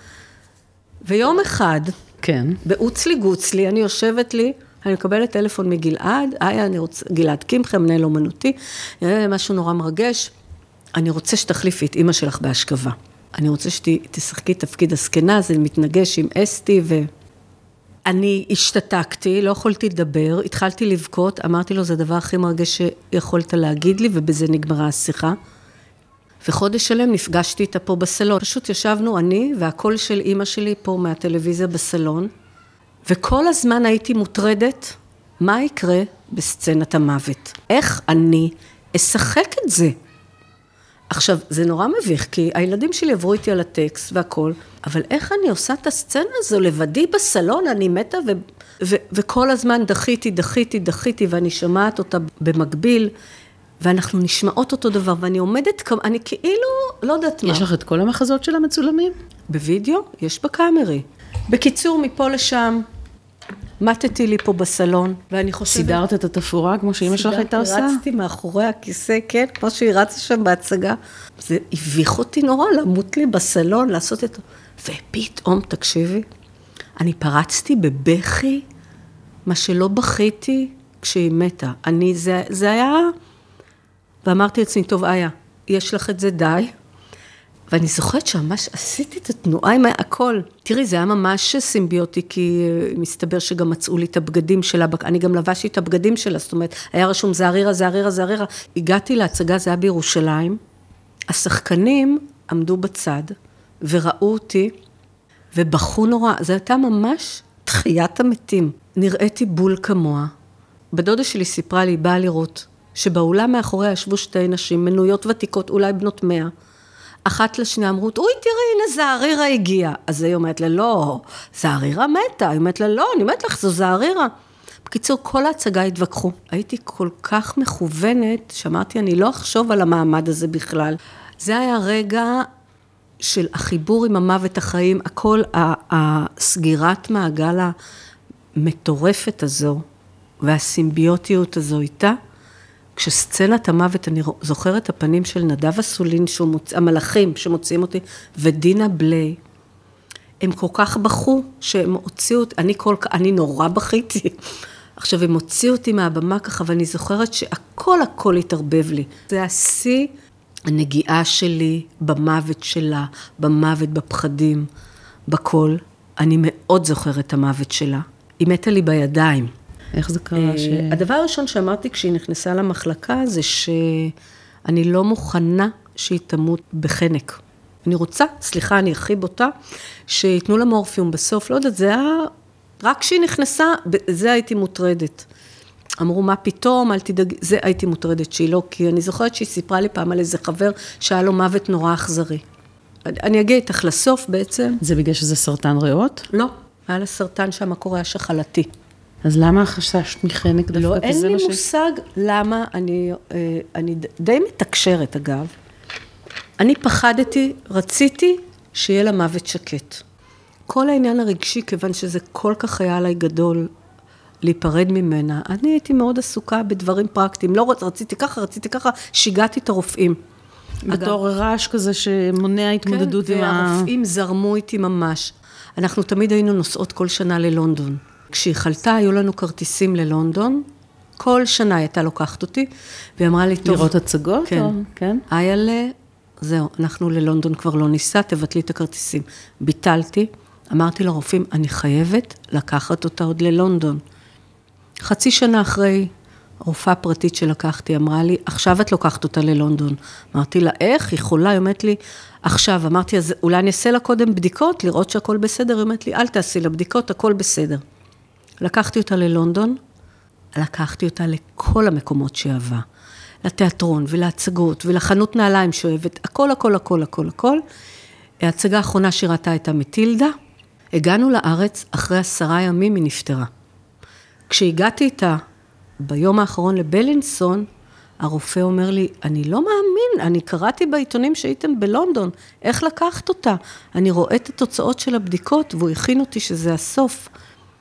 ויום אחד, כן. באוצלי גוצלי, אני יושבת לי, אני מקבלת טלפון מגלעד, אני רוצה, גלעד קמחי, מנהל אומנותי, משהו נורא מרגש, אני רוצה שתחליפי את אמא שלך בהשכבה. אני רוצה שתשחקי תפקיד הזקנה, זה מתנגש עם אסתי, ואני השתתקתי, לא יכולתי לדבר, התחלתי לבכות, אמרתי לו, זה הדבר הכי מרגש שיכולת להגיד לי, ובזה נגמרה השיחה. וחודש שלם נפגשתי איתה פה בסלון. פשוט ישבנו אני והקול של אמא שלי פה מהטלוויזיה בסלון, וכל הזמן הייתי מוטרדת, מה יקרה בסצנת המוות? איך אני אשחק את זה? עכשיו, זה נורא מביך, כי הילדים שלי עברו איתי על הטקסט והכל, אבל איך אני עושה את הסצנה הזו לבדי בסלון, אני מתה וכל הזמן דחיתי, ואני שומעת אותה במקביל, ואנחנו נשמעות אותו דבר, ואני עומדת, אני כאילו, לא יודעת מה. יש לך את כל המחזות של המצולמים? בווידאו, יש בקאמרי. בקיצור, מפה לשם, מתתי לי פה בסלון, ואני חושבת... סידרת את התפאורה, כמו שאמא שלך הייתה עושה? רצתי מאחורי הכיסא, כן, כמו שהיא רצה שם בהצגה. זה הביך אותי נורא, למות לי בסלון, לעשות את... ופתאום, תקשיבי, אני פרצתי בבכי, מה שלא בכיתי כשהיא מתה. זה היה... ואמרתי לעצמי, טוב, איה, יש לך את זה די. ואני זוכרת שממש עשיתי את התנועה עם הכל. תראי, זה היה ממש סימביוטי, כי מסתבר שגם מצאו לי את הבגדים שלה, אני גם לבשתי את הבגדים שלה, זאת אומרת, היה רשום זערירה. הגעתי להצגה, זה היה בירושלים, השחקנים עמדו בצד, וראו אותי, ובכו נורא, זה הייתה ממש תחיית המתים. נראיתי בול כמוה. בדודה שלי סיפרה לי, באה לראות, שבאולם מאחוריה ישבו שתי נשים, מנויות ותיקות, אולי בנות 100, אחת לשנייה אמרו, אוי תראי, הנה זערירה הגיעה. אז היא אומרת לה, לא, זערירה מתה. היא אומרת לה, לא, אני אומרת לך, זו זערירה. בקיצור, כל ההצגה התווכחו. הייתי כל כך מכוונת, שאמרתי, אני לא אחשוב על המעמד הזה בכלל. זה היה רגע של החיבור עם המוות החיים, הכל, הסגירת מעגל המטורפת הזו, והסימביוטיות הזו איתה, כשסצנת המוות, אני זוכרת את הפנים של נדב אסולין, המלאכים שמוציאים אותי, ודינה בלי, הם כל כך בכו, שהם הוציאו אותי, אני נורא בכיתי. עכשיו, הם הוציאו אותי מהבמה ככה, ואני זוכרת הכל התערבב לי. זה השיא הנגיעה שלי במוות שלה, במוות, בפחדים, בכל. אני מאוד זוכרת את המוות שלה. היא מתה לי בידיים. איך זה קרה? הדבר הראשון שאמרתי כשהיא נכנסה למחלקה, זה שאני לא מוכנה שהיא תמות בחנק. אני רוצה, סליחה, אני הכי בוטה, שיתנו לה מורפיום בסוף, לא יודעת, זה היה, רק כשהיא נכנסה, זה הייתי מוטרדת. אמרו, מה פתאום, אל תדאג, זה הייתי מוטרדת שהיא לא, כי אני זוכרת שהיא סיפרה לי פעם על איזה חבר, שהיה לו מוות נורא אכזרי. אני אגיע איתך לסוף בעצם. זה בגלל שזה סרטן ריאות? לא, היה לה סרטן שהמקור היה שחלתי. אז למה חששת מחנק דווקא? לא, אין לי מושג למה, אני די מתקשרת אגב. אני פחדתי, רציתי שיהיה לה מוות שקט. כל העניין הרגשי, כיוון שזה כל כך היה עליי גדול להיפרד ממנה, אני הייתי מאוד עסוקה בדברים פרקטיים. לא רציתי ככה, שיגעתי את הרופאים. בתור רעש כזה שמונע התמודדות כן, עם והרופאים זרמו איתי ממש. אנחנו תמיד היינו נוסעות כל שנה ללונדון. כשהיא חלתה, היו לנו כרטיסים ללונדון. כל שנה הייתה לוקחת אותי, והיא אמרה לי, טוב. לראות הצגות? כן. או, כן. זהו, אנחנו ללונדון כבר לא ניסה, תבטלי את הכרטיסים. ביטלתי, אמרתי לרופאים, אני חייבת לקחת אותה עוד ללונדון. חצי שנה אחרי, רופאה פרטית שלקחתי, אמרה לי, עכשיו את לוקחת אותה ללונדון. אמרתי לה, איך? היא חולה, היא אומרת לי, עכשיו, אמרתי, אז אולי אני אעשה לה קודם בדיקות, לראות שהכל בסדר, היא אומרת לי, אל תעשי לה בדיקות, הכל בסדר. לקחתי אותה ללונדון, לקחתי אותה לכל המקומות שאהבה. לתיאטרון ולהצגות ולחנות נעליים שאוהבת, הכל. ההצגה האחרונה שראתה הייתה מטילדה, הגענו לארץ, אחרי 10 ימים היא נפטרה. כשהגעתי איתה ביום האחרון לבלינסון, הרופא אומר לי, אני לא מאמין, אני קראתי בעיתונים שהייתם בלונדון, איך לקחת אותה? אני רואה את התוצאות של הבדיקות, והוא הכין אותי שזה הסוף.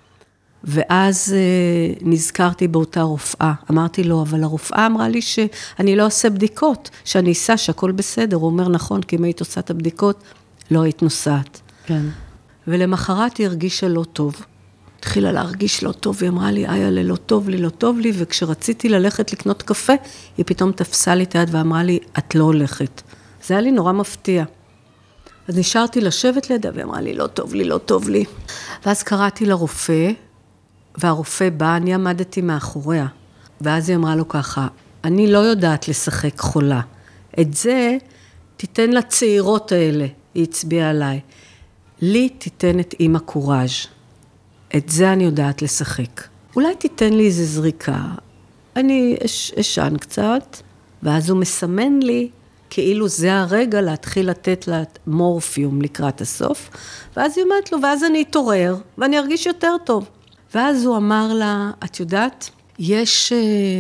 ואז נזכרתי באותה רופאה, אמרתי לו, אבל הרופאה אמרה לי שאני לא עושה בדיקות, שאני אסע שהכל בסדר, הוא אומר נכון, כי אם היית עושה את הבדיקות, לא היית נוסעת. כן. ולמחרת היא הרגישה לא טוב, התחילה להרגיש לא טוב, היא אמרה לי, איילה, לא טוב לי, וכשרציתי ללכת לקנות קפה, היא פתאום תפסה לי את היד ואמרה לי, את לא הולכת. זה היה לי נורא מפתיע. אז נשארתי לשבת לידה, ואמרה לי, לא טוב לי. ואז קראתי לרופא, והרופא בא, אני עמדתי מאחוריה, ואז היא אמרה לו ככה, אני לא יודעת לשחק חולה, את זה תיתן לצעירות האלה, היא הצביעה עליי, לי תיתן את אמא קוראז', את זה אני יודעת לשחק, אולי תיתן לי איזו זריקה, אני אשן קצת, ואז הוא מסמן לי, כאילו זה הרגע להתחיל לתת לה מורפיום לקראת הסוף, ואז היא אומרת לו, ואז אני אתעורר, ואני ארגיש יותר טוב. ואז הוא אמר לה, את יודעת, יש,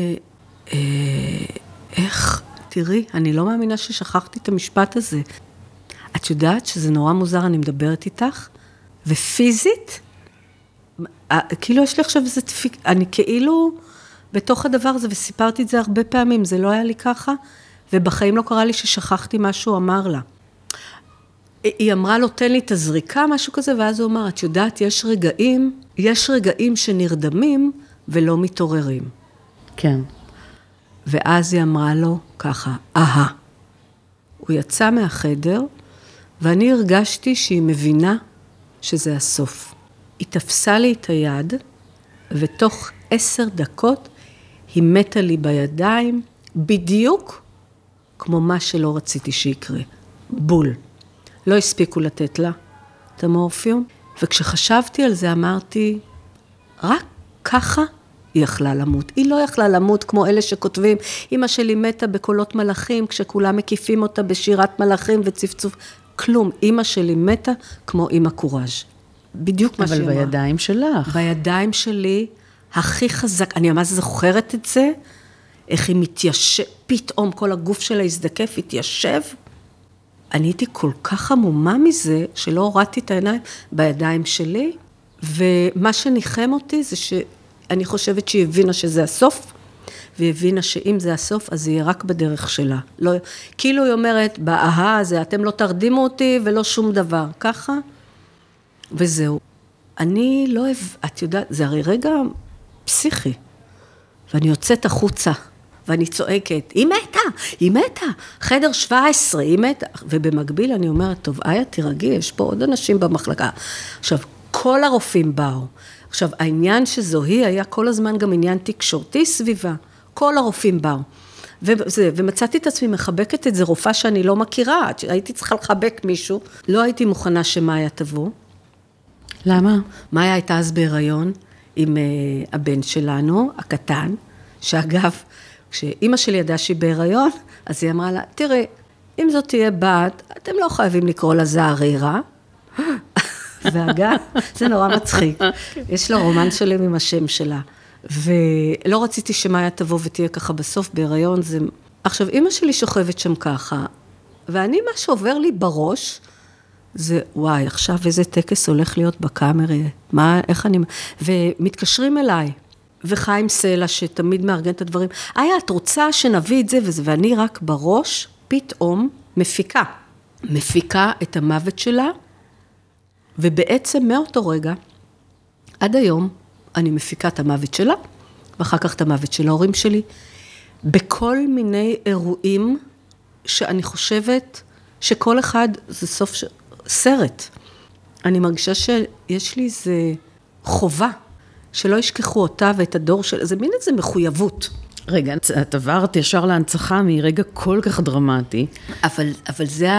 איך, תראי, אני לא מאמינה ששכחתי את המשפט הזה. את יודעת שזה נורא מוזר, אני מדברת איתך, ופיזית, כאילו יש לי עכשיו איזה דפיק, אני כאילו בתוך הדבר הזה, וסיפרתי את זה הרבה פעמים, זה לא היה לי ככה, ובחיים לא קרה לי ששכחתי מה שהוא אמר לה. היא אמרה לו, תן לי את הזריקה, משהו כזה, ואז הוא אמר, את יודעת, יש רגעים שנרדמים ולא מתעוררים. כן. ואז היא אמרה לו ככה, הוא יצא מהחדר, ואני הרגשתי שהיא מבינה שזה הסוף. היא תפסה לי את היד, ותוך 10 דקות היא מתה לי בידיים, בדיוק כמו מה שלא רציתי שיקרה. בול. לא הספיקו לתת לה את המורפיום, וכשחשבתי על זה אמרתי, רק ככה היא יכלה למות. היא לא יכלה למות כמו אלה שכותבים, אמא שלי מתה בקולות מלאכים, כשכולם מקיפים אותה בשירת מלאכים וצפצוף. כלום, אמא שלי מתה כמו אמא קוראז'. בדיוק מה שהיא אמרה. אבל בידיים שלך. בידיים שלי, הכי חזק, אני ממש זוכרת את זה, איך היא מתיישב, פתאום כל הגוף שלה הזדקף, התיישב. אני הייתי כל כך עמומה מזה, שלא הורדתי את העיניים בידיים שלי, ומה שניחם אותי זה אני חושבת שהיא הבינה שזה הסוף, והיא הבינה שאם זה הסוף, אז זה יהיה רק בדרך שלה. לא, כאילו היא אומרת, באהה הזה, אתם לא תרדימו אותי ולא שום דבר. ככה, וזהו. אני לא אוהב, את יודעת, זה הרי רגע פסיכי. ואני יוצאת החוצה, ואני צועקת, היא מתה, היא מתה, חדר 17, היא מתה. ובמקביל אני אומרת, טוב, איה, תירגעי, יש פה עוד אנשים במחלקה. עכשיו, כל הרופאים באו. עכשיו, העניין שזו היא היה כל הזמן גם עניין תקשורתי סביבה. כל הרופאים באו. ומצאתי את עצמי מחבקת את זה, רופאה שאני לא מכירה, הייתי צריכה לחבק מישהו, לא הייתי מוכנה שמאיה תבוא. למה? מאיה הייתה אז בהיריון עם הבן שלנו, הקטן, שאגב, כשאימא שלי ידעה שהיא בהיריון, אז היא אמרה לה, תראי, אם זאת תהיה בת, אתם לא חייבים לקרוא לה זערירה. ואגב, זה נורא מצחיק. יש לה רומן שלם עם השם שלה. ולא רציתי שמאיה תבוא ותהיה ככה בסוף בהיריון. עכשיו, אימא שלי שוכבת שם ככה, ואני, מה שעובר לי בראש, זה, וואי, עכשיו איזה טקס הולך להיות בקאמרה, מה, איך אני, ומתקשרים אליי, וחיים סלע, שתמיד מארגן את הדברים, את רוצה שנביא את זה וזה, ואני רק בראש, פתאום מפיקה את המוות שלה, ובעצם מאותו רגע, עד היום, אני מפיקה את המוות שלה, ואחר כך את המוות של ההורים שלי, בכל מיני אירועים, שאני חושבת שכל אחד זה סוף סרט. אני מרגישה שיש לי איזה חובה, שלא ישכחו אותה ואת הדור של, זה מין איזה מחויבות. רגע, את עברת ישר להנצחה מרגע כל כך דרמטי. אבל זה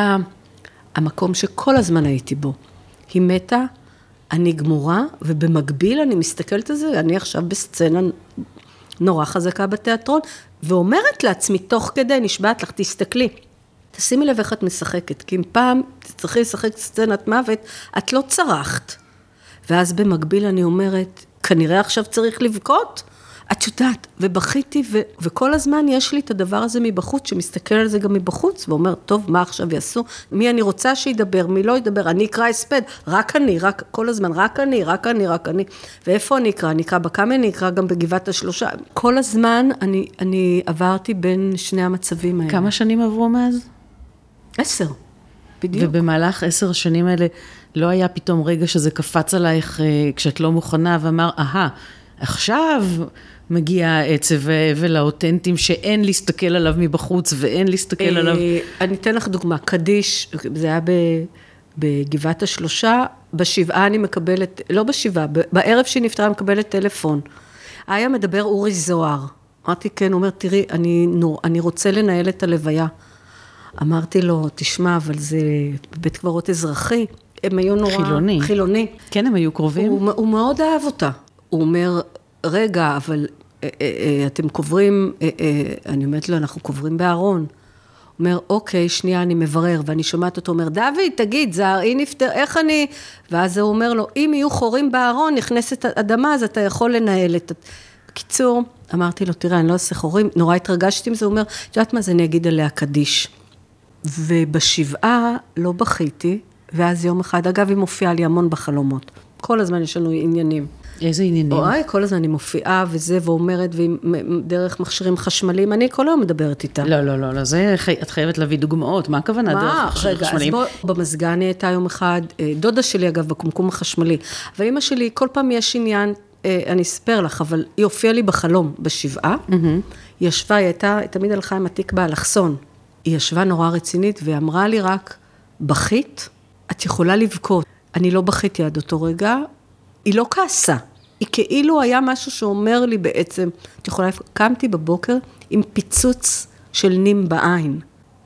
המקום שכל הזמן הייתי בו. היא מתה, אני גמורה, ובמקביל אני מסתכלת על זה, אני עכשיו בסצנה נורא חזקה בתיאטרון, ואומרת לעצמי, תוך כדי, נשבעת לך, תסתכלי. תשימי לב איך את משחקת, כי אם פעם תצטרכי לשחק סצנת מוות, את לא צרחת. ואז במקביל אני אומרת, כנראה עכשיו צריך לבכות, את יודעת, ובכיתי, וכל הזמן יש לי את הדבר הזה מבחוץ, שמסתכל על זה גם מבחוץ, ואומר, טוב, מה עכשיו יעשו? מי אני רוצה שידבר, מי לא ידבר, אני אקרא הספד, רק אני, כל הזמן, רק אני. ואיפה אני אקרא? אני אקרא בקאמל, אני אקרא גם בגבעת השלושה. כל הזמן אני עברתי בין שני המצבים האלה. כמה שנים עברו מאז? 10, בדיוק. ובמהלך 10 השנים האלה, לא היה פתאום רגע שזה קפץ עלייך כשאת לא מוכנה, ואמר, עכשיו מגיע העצב ולאותנטים שאין להסתכל עליו מבחוץ ואין להסתכל עליו. אני אתן לך דוגמה, קדיש, זה היה בגבעת השלושה, בשבעה אני מקבלת, לא בשבעה, בערב שהיא נפטרה אני מקבלת טלפון. היה מדבר אורי זוהר. אמרתי, כן, הוא אומר, תראי, אני רוצה לנהל את הלוויה. אמרתי לו, תשמע, אבל זה בית קברות אזרחי, הם היו נורא חילוני. כן, הם היו קרובים. הוא מאוד אהב אותה. הוא אומר, רגע, אבל אתם קוברים, אני אומרת לו, אנחנו קוברים בארון. הוא אומר, אוקיי, שנייה, אני מברר, ואני שומעת אותו, אומר, דוד, תגיד, היא נפטר, איך אני? ואז הוא אומר לו, אם יהיו חורים בארון, נכנסת אדמה, אז אתה יכול לנהל את... קיצור, אמרתי לו, תראה, אני לא עושה חורים, נורא התרגשתי עם זה, הוא אומר, יודעת מה, אז אני אגיד עליה קדיש. ובשבעה לא בכיתי, ואז יום אחד, אגב, היא מופיעה לי המון בחלומות. כל הזמן יש לנו עניינים. איזה עניינים? כל הזמן היא מופיעה וזה, ואומרת, דרך מכשירים חשמליים, אני כל היום מדברת איתה. לא, זה, את חייבת להביא דוגמאות, מה הכוונה דרך מכשירים חשמליים? אז במזגן הייתה יום אחד, דודה שלי אגב, בקומקום החשמלי, אבל אמא שלי, כל פעם יש עניין, אני אספר לך, אבל היא הופיעה לי בחלום, בשבעה, היא ישבה, היא הייתה, תמיד הלכה עם התיק באלכסון, היא ישבה נורא רצינית, ואמרה לי רק, בכית, את יכולה לבכות. אני לא בכיתי עד אותו רגע, היא לא כעסה, היא כאילו היה משהו שאומר לי בעצם, את יכולה, קמתי בבוקר עם פיצוץ של נים בעין.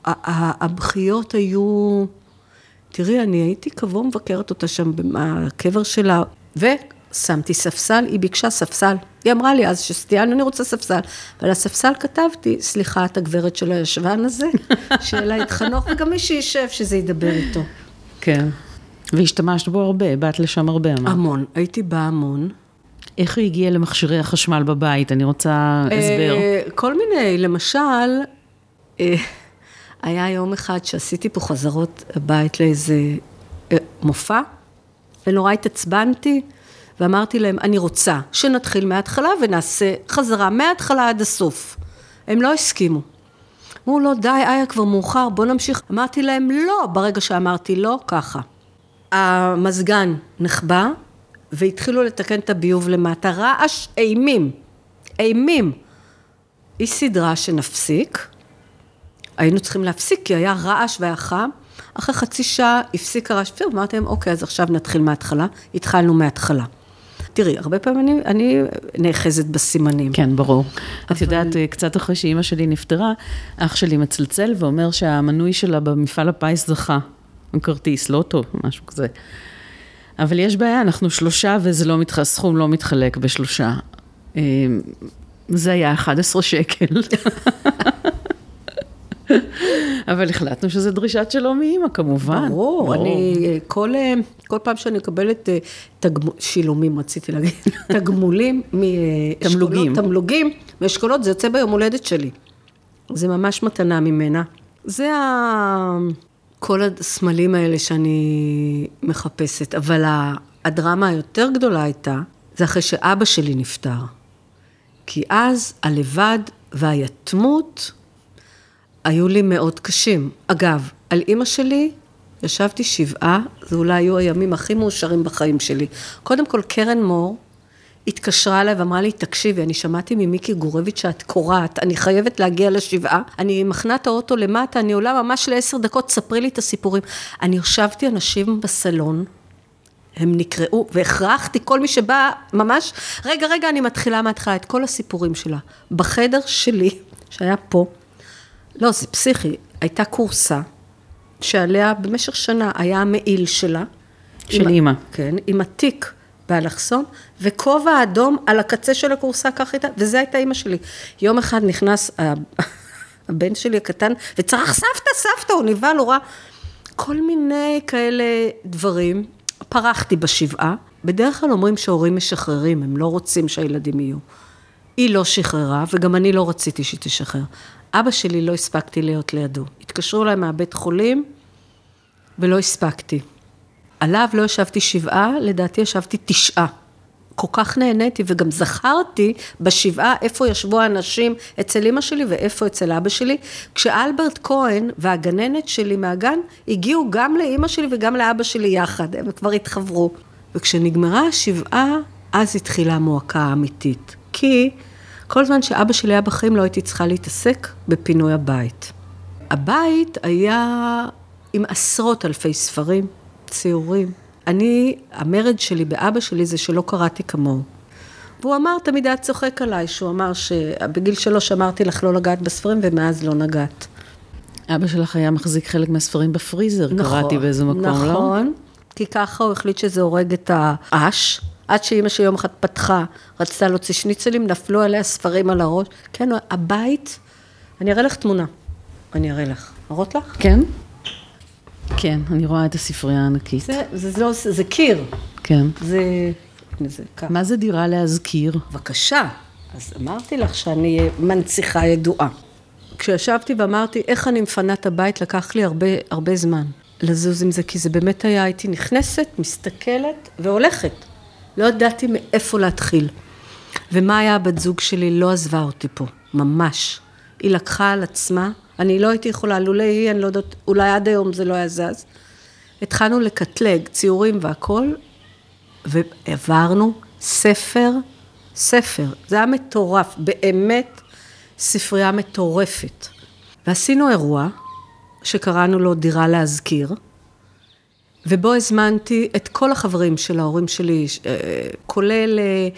הבכיות היו, תראי, אני הייתי קבוע מבקרת אותה שם בקבר שלה, ושמתי ספסל, היא ביקשה ספסל. היא אמרה לי אז שסטיין, אני רוצה ספסל. ועל הספסל כתבתי, סליחה, את הגברת של הישבן הזה, שאלה התחנוך, וגם מי שישב שזה ידבר איתו. כן. והשתמשת בו הרבה, באת לשם הרבה, אמרת. המון, הייתי בה המון. איך היא הגיעה למכשירי החשמל בבית? אני רוצה הסבר. כל מיני, למשל, היה יום אחד שעשיתי פה חזרות הבית לאיזה מופע, ונורא התעצבנתי, ואמרתי להם, אני רוצה שנתחיל מההתחלה ונעשה חזרה מההתחלה עד הסוף. הם לא הסכימו. אמרו, לא, די, היה כבר מאוחר, בוא נמשיך. אמרתי להם, לא, ברגע שאמרתי לא, ככה. המזגן נחבא, והתחילו לתקן את הביוב למטה, רעש אימים, אימים. היא סדרה שנפסיק, היינו צריכים להפסיק, כי היה רעש והיה חם, אחרי חצי שעה הפסיק הרעש, ואמרתי להם, אוקיי, אז עכשיו נתחיל מההתחלה, התחלנו מההתחלה. תראי, הרבה פעמים אני נאחזת בסימנים. כן, ברור. את יודעת, קצת אחרי שאימא שלי נפטרה, אח שלי מצלצל ואומר שהמנוי שלה במפעל הפיס זכה. עם כרטיס, לא טוב, משהו כזה. אבל יש בעיה, אנחנו 3 וזה לא סכום לא מתחלק ב3. זה היה 11 שקל. אבל החלטנו שזה דרישת שלום מאמא, כמובן. ברור, אני, כל פעם שאני מקבלת שילומים, רציתי להגיד, תגמולים, תמלוגים, מאשכולות, זה יוצא ביום הולדת שלי. זה ממש מתנה ממנה. זה כל הסמלים האלה שאני מחפשת, אבל הדרמה היותר גדולה הייתה, זה אחרי שאבא שלי נפטר. כי אז הלבד והיתמות היו לי מאוד קשים. אגב, על אמא שלי ישבתי 7, זה אולי היו הימים הכי מאושרים בחיים שלי. קודם כל, קרן מור התקשרה אליי ואמרה לי, תקשיבי, אני שמעתי ממיקי גורביץ' שאת קוראת, אני חייבת להגיע ל7, אני מכנה את האוטו למטה, אני עולה ממש ל10 דקות, ספרי לי את הסיפורים. אני יושבתי אנשים בסלון, הם נקראו, והכרחתי כל מי שבא ממש, רגע, אני מתחילה מההתחלה את כל הסיפורים שלה. בחדר שלי, שהיה פה, לא, זה פסיכי, הייתה קורסה, שעליה במשך שנה היה המעיל שלה. של אמא. כן, עם התיק באלכסון, וכובע אדום על הקצה של הקורסה, כך הייתה, וזה הייתה אמא שלי. יום אחד נכנס הבן שלי הקטן, וצרח, סבתא, הוא נבהל, הוא ראה, כל מיני כאלה דברים, פרחתי ב7, בדרך כלל אומרים שההורים משחררים, הם לא רוצים שהילדים יהיו. היא לא שחררה, וגם אני לא רציתי שהיא תשחרר. אבא שלי לא הספקתי להיות לידו. התקשרו אליי מהבית חולים, ולא הספקתי. עליו לא ישבתי 7, לדעתי ישבתי 9. כל כך נהניתי, וגם זכרתי ב7 איפה ישבו האנשים אצל אמא שלי, ואיפה אצל אבא שלי, כשאלברט כהן והגננת שלי מהגן, הגיעו גם לאמא שלי וגם לאבא שלי יחד, הם כבר התחברו. וכשנגמרה 7, אז התחילה המועקה האמיתית. כי כל זמן שאבא שלי היה בחיים, לא הייתי צריכה להתעסק בפינוי הבית. הבית היה עם עשרות אלפי ספרים, ציורים. המרד שלי באבא שלי זה שלא קראתי כמוהו. והוא אמר, תמיד היה צוחק עליי, שהוא אמר שבגיל 3 אמרתי לך לא לגעת בספרים, ומאז לא נגעת. אבא שלך היה מחזיק חלק מהספרים בפריזר, קראתי באיזה מקום, לא? נכון, כי ככה הוא החליט שזה הורג את האש, עד שאמא שיום אחד פתחה, רצתה להוציא שניצלים, נפלו עליה ספרים על הראש. כן, הבית, אני אראה לך תמונה. אני אראה לך. אראות לך? כן? כן, אני רואה את הספרייה הענקית. זה קיר. כן. זה ככה. מה זה דירה להזכיר? בבקשה. אז אמרתי לך שאני מנציחה ידועה. כשישבתי ואמרתי, איך אני מפנה את הבית, לקח לי הרבה זמן לזוז עם זה, כי זה באמת היה, הייתי נכנסת, מסתכלת והולכת. לא ידעתי מאיפה להתחיל. ומה היה הבת זוג שלי? לא עזבה אותי פה, ממש. היא לקחה על עצמה, אני לא הייתי יכולה, לולי היא, אני לא יודעת, אולי עד היום זה לא היה זז. התחלנו לקטלג, ציורים והכל, ועברנו ספר. זה היה מטורף, באמת ספרייה מטורפת. ועשינו אירוע, שקראנו לו דירה להזכיר, ובו הזמנתי את כל החברים של ההורים שלי, כולל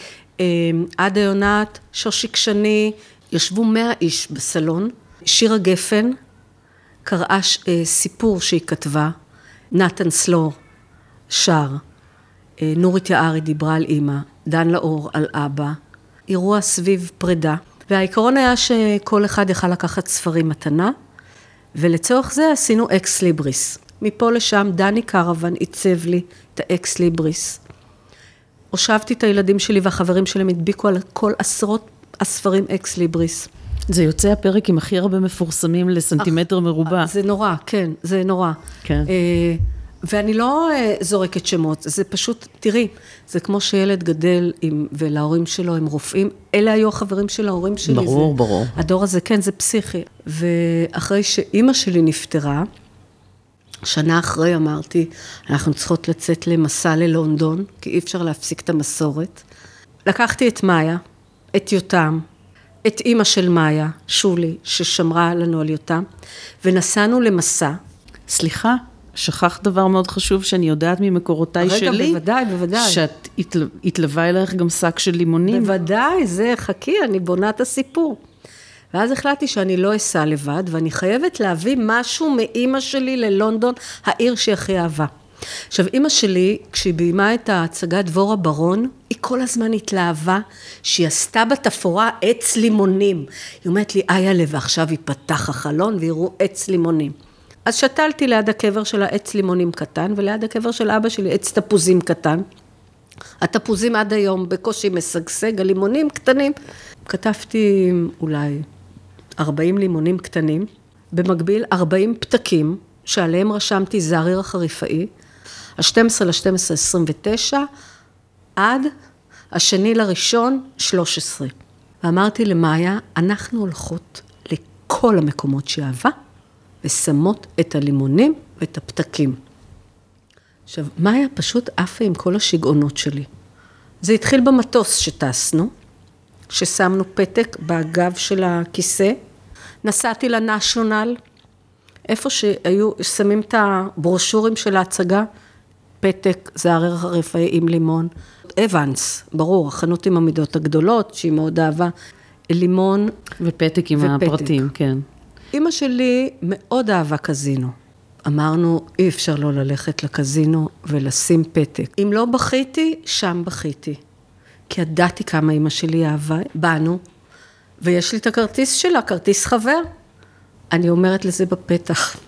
עדה יונת, שושיק שני, ישבו 100 איש בסלון, שירה גפן קראה סיפור שהיא כתבה, נתן סלור שר, נורית יערי דיברה על אמא, דן לאור על אבא, אירוע סביב פרידה, והעיקרון היה שכל אחד יכל לקחת ספרים מתנה, ולצורך זה עשינו אקס ליבריס. מפה לשם דני קרוון עיצב לי את האקס ליבריס. הושבתי את הילדים שלי והחברים שלי הדביקו על כל עשרות הספרים אקס ליבריס. זה יוצא הפרק עם הכי הרבה מפורסמים לסנטימטר מרובע. זה נורא, כן, זה נורא. כן. ואני לא זורקת שמות, זה פשוט, תראי, זה כמו שילד גדל ולהורים שלו הם רופאים, אלה היו החברים של ההורים שלי. ברור. הדור הזה, כן, זה פסיכי. ואחרי שאימא שלי נפטרה, שנה אחרי אמרתי, אנחנו צריכות לצאת למסע ללונדון, כי אי אפשר להפסיק את המסורת. לקחתי את מאיה, את יותם, את אימא של מאיה, שולי, ששמרה לנו על יותם, ונסענו למסע. סליחה, שכחת דבר מאוד חשוב שאני יודעת ממקורותיי שלי. רגע, בוודאי. שאת התלווה אלייך גם שק של לימונים. בוודאי, זה חכי, אני בונה את הסיפור. ואז החלטתי שאני לא אסע לבד, ואני חייבת להביא משהו מאמא שלי ללונדון, העיר שהיא הכי אהבה. עכשיו, אמא שלי, כשהיא ביימה את ההצגת דבורה ברון, היא כל הזמן התלהבה שהיא עשתה בתפאורה עץ לימונים. היא אומרת לי, לב, ועכשיו ייפתח החלון ויראו עץ לימונים. אז שתלתי ליד הקבר של העץ לימונים קטן, וליד הקבר של אבא שלי עץ תפוזים קטן. התפוזים עד היום בקושי משגשג, הלימונים קטנים. כתבתי אולי 40 לימונים קטנים, במקביל 40 פתקים, שעליהם רשמתי זעריר החריפאי, ה-12/12/29, עד ה2/1/13. ואמרתי למאיה, אנחנו הולכות לכל המקומות שאהבה, ושמות את הלימונים ואת הפתקים. עכשיו, מאיה פשוט עפה עם כל השגעונות שלי. זה התחיל במטוס שטסנו, ששמנו פתק בגב של הכיסא, נסעתי לנשיונל, איפה שהיו, שמים את הברושורים של ההצגה, פתק, זעריר החריפאי עם לימון, אבנס, ברור, החנות עם המידות הגדולות, שהיא מאוד אהבה, לימון ופתק עם הפרטים, כן. אמא שלי מאוד אהבה קזינו. אמרנו, אי אפשר לא ללכת לקזינו ולשים פתק. אם לא בכיתי, שם בכיתי. כי ידעתי כמה אמא שלי אהבה, באנו, ויש לי את הכרטיס שלה, כרטיס חבר. אני אומרת לזה בפתח.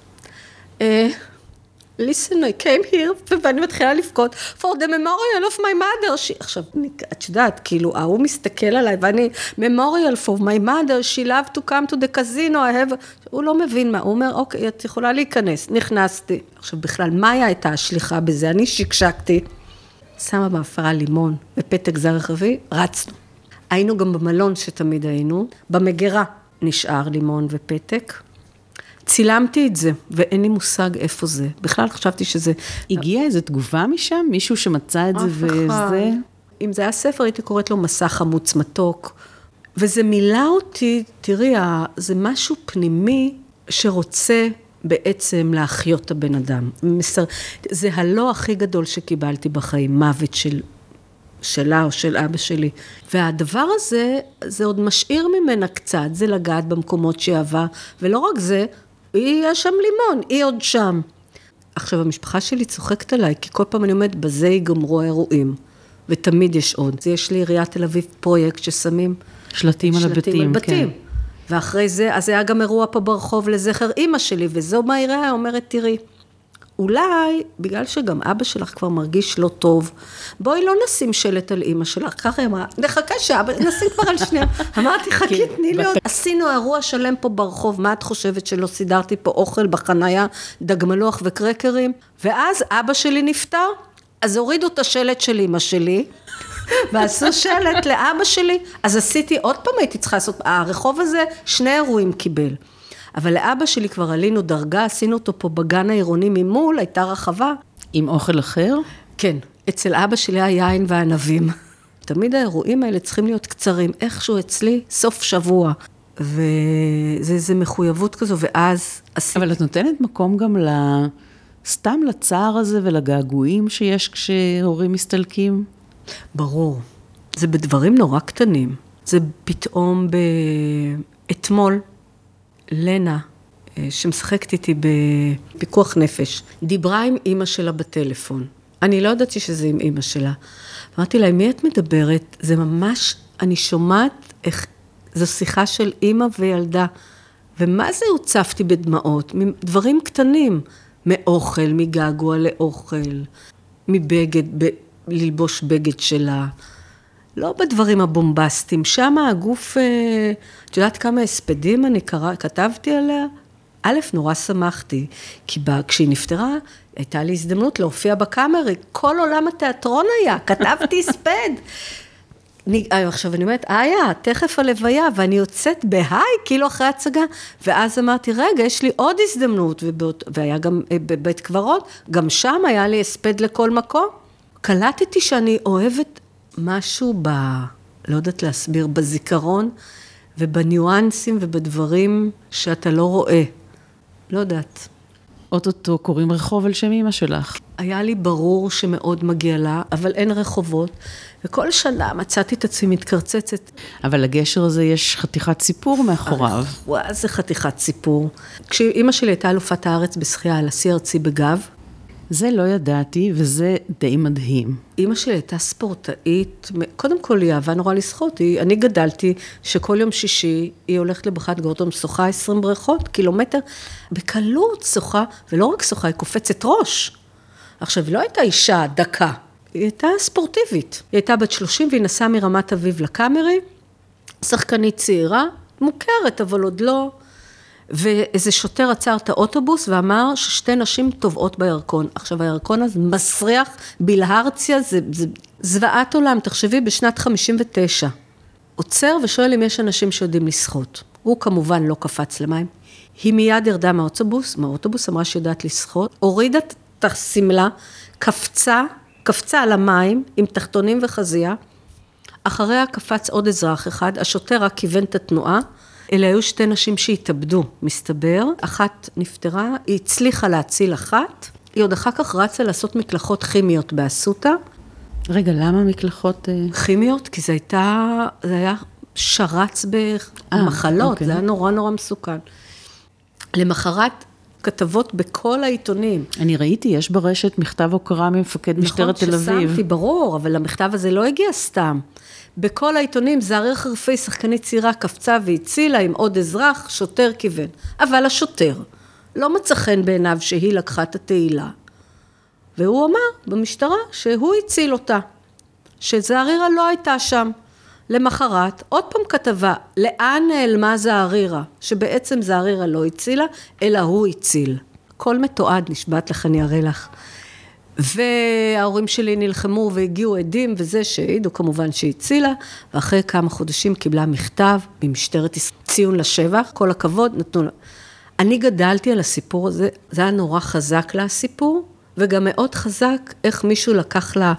Listen, I came here, ואני מתחילה לבכות, for the memorial of my mother. עכשיו, את יודעת, כאילו, הוא מסתכל עליי, ואני, memorial for my mother, she loved to come to the casino, I have... הוא לא מבין מה, הוא אומר, אוקיי, את יכולה להיכנס, נכנסתי. עכשיו, בכלל, מאיה הייתה השליחה בזה? אני שקשקתי, שמה באפרה לימון, ופתק זעריר חריפאי, רצנו. היינו גם במלון שתמיד היינו, במגירה נשאר לימון ופתק, צילמתי את זה, ואין לי מושג איפה זה. בכלל חשבתי שזה... הגיעה איזו תגובה משם? מישהו שמצא את זה וזה? אם זה היה ספר, הייתי קוראת לו מסע חמוץ מתוק. וזה מילא אותי, תראי, זה משהו פנימי שרוצה בעצם להחיות את הבן אדם. זה הלא הכי גדול שקיבלתי בחיים, מוות שלה או של אבא שלי. והדבר הזה, זה עוד משאיר ממנה קצת, זה לגעת במקומות שאהבה, ולא רק זה, יש שם לימון, היא עוד שם. עכשיו, המשפחה שלי צוחקת עליי, כי כל פעם אני אומרת, בזה ייגמרו האירועים, ותמיד יש עוד. יש לי עיריית תל אביב פרויקט ששמים שלטים על הבתים, כן. ואחרי זה, אז היה גם אירוע פה ברחוב לזכר אמא שלי, וזו מה העירייה אומרת, תראי, אולי, בגלל שגם אבא שלך כבר מרגיש לא טוב, בואי לא נשים שלט על אמא שלך, ככה היא אמרה, נחכה שאבא, נשים כבר על שנייה. אמרתי, חכי, תני לי עוד. עשינו אירוע שלם פה ברחוב, מה את חושבת שלא סידרתי פה אוכל בחנייה, דגמלוח וקרקרים? ואז אבא שלי נפטר, אז הורידו את השלט של אמא שלי, ועשו שלט לאבא שלי, אז עשיתי, עוד פעם הייתי צריכה לעשות, הרחוב הזה 2 אירועים קיבל. אבל לאבא שלי כבר עלינו דרגה, עשינו אותו פה בגן העירוני ממול, הייתה רחבה. עם אוכל אחר? כן, אצל אבא שלי היין והענבים. תמיד האירועים האלה צריכים להיות קצרים, איכשהו אצלי סוף שבוע. וזה מחויבות כזו, ואז... אבל את נותנת מקום גם סתם לצער הזה ולגעגועים שיש כשהורים מסתלקים? ברור. זה בדברים נורא קטנים. זה פתאום אתמול, לנה, שמשחקת איתי בפיקוח נפש, דיברה עם אמא שלה בטלפון. אני לא ידעתי שזה עם אמא שלה. אמרתי לה, מי את מדברת? זה ממש, אני שומעת איך, זו שיחה של אמא וילדה. ומה זה הוצפתי בדמעות? דברים קטנים, מאוכל, מגעגוע לאוכל, מבגד, ללבוש בגד שלה. לא בדברים הבומבסטיים, שם הגוף, את יודעת כמה הספדים אני כתבתי עליה? א', נורא שמחתי, כי כשהיא נפטרה, הייתה לי הזדמנות להופיע בקאמרי, כל עולם התיאטרון היה, כתבתי הספד. עכשיו אני אומרת, תכף הלוויה, ואני יוצאת בהיי, כאילו אחרי הצגה, ואז אמרתי, רגע, יש לי עוד הזדמנות, והיה גם בבית קברות, גם שם היה לי הספד לכל מקום. קלטתי שאני אוהבת משהו לא יודעת להסביר, בזיכרון, ובניואנסים ובדברים שאתה לא רואה. לא יודעת. אוטוטו קוראים רחוב על שם אמא שלך. היה לי ברור שמאוד מגיע לה, אבל אין רחובות, וכל שנה מצאתי את עצמי מתקרצצת. אבל לגשר הזה יש חתיכת סיפור מאחוריו. וואו, זה חתיכת סיפור. כשאמא שלי הייתה אלופת הארץ בשחייה על השיא ארצי בגב, זה לא ידעתי, וזה די מדהים. אמא שלי הייתה ספורטאית, קודם כל היא אהבה נורא לשחות, אני גדלתי שכל יום שישי היא הולכת לבריכת גורדון, שוחה 20 בריכות, קילומטר, בקלות שוחה, ולא רק שוחה, היא קופצת ראש. עכשיו, היא לא הייתה אישה דקה, היא הייתה ספורטיבית. היא הייתה בת 30 והיא נסעה מרמת אביב לקאמרי, שחקנית צעירה, מוכרת, אבל עוד לא. ואיזה שוטר עצר את האוטובוס ואמר ששתי נשים טובעות בירקון. עכשיו, הירקון הזה מסריח, בלהרציה, זה זוועת עולם, תחשבי, בשנת 59. עוצר ושואל אם יש אנשים שיודעים לשחות. הוא כמובן לא קפץ למים. היא מיד ירדה מהאוטובוס אמרה שיודעת לשחות, הורידה את הסמלה, קפצה על המים עם תחתונים וחזייה, אחריה קפץ עוד אזרח אחד, השוטר רק כיוון את התנועה, אלה היו שתי נשים שהתאבדו, מסתבר, אחת נפטרה, היא הצליחה להציל אחת, היא עוד אחר כך רצה לעשות מקלחות כימיות באסותא. רגע, למה מקלחות? כימיות? כי זה היה שרץ במחלות, אוקיי. זה היה נורא נורא מסוכן. למחרת כתבות בכל העיתונים. אני ראיתי, יש ברשת מכתב הוקרה ממפקד משטרת תל אביב. נכון, ששמתי, ברור, אבל המכתב הזה לא הגיע סתם. בכל העיתונים, זעריר חרפי, שחקנית צעירה, קפצה והצילה עם עוד אזרח, שוטר כיוון. אבל השוטר לא מצא חן בעיניו שהיא לקחה את התהילה. והוא אמר במשטרה שהוא הציל אותה. שזערירה לא הייתה שם. למחרת, עוד פעם כתבה, לאן נעלמה זערירה? שבעצם זערירה לא הצילה, אלא הוא הציל. כל מתועד נשבעת לך, אני אראה לך. וההורים שלי נלחמו והגיעו עדים, וזה שהעידו כמובן שהצילה, ואחרי כמה חודשים קיבלה מכתב ממשטרת ציון לשבח, כל הכבוד, נתנו לה. אני גדלתי על הסיפור הזה, זה היה נורא חזק לה הסיפור, וגם מאוד חזק איך מישהו לקח לה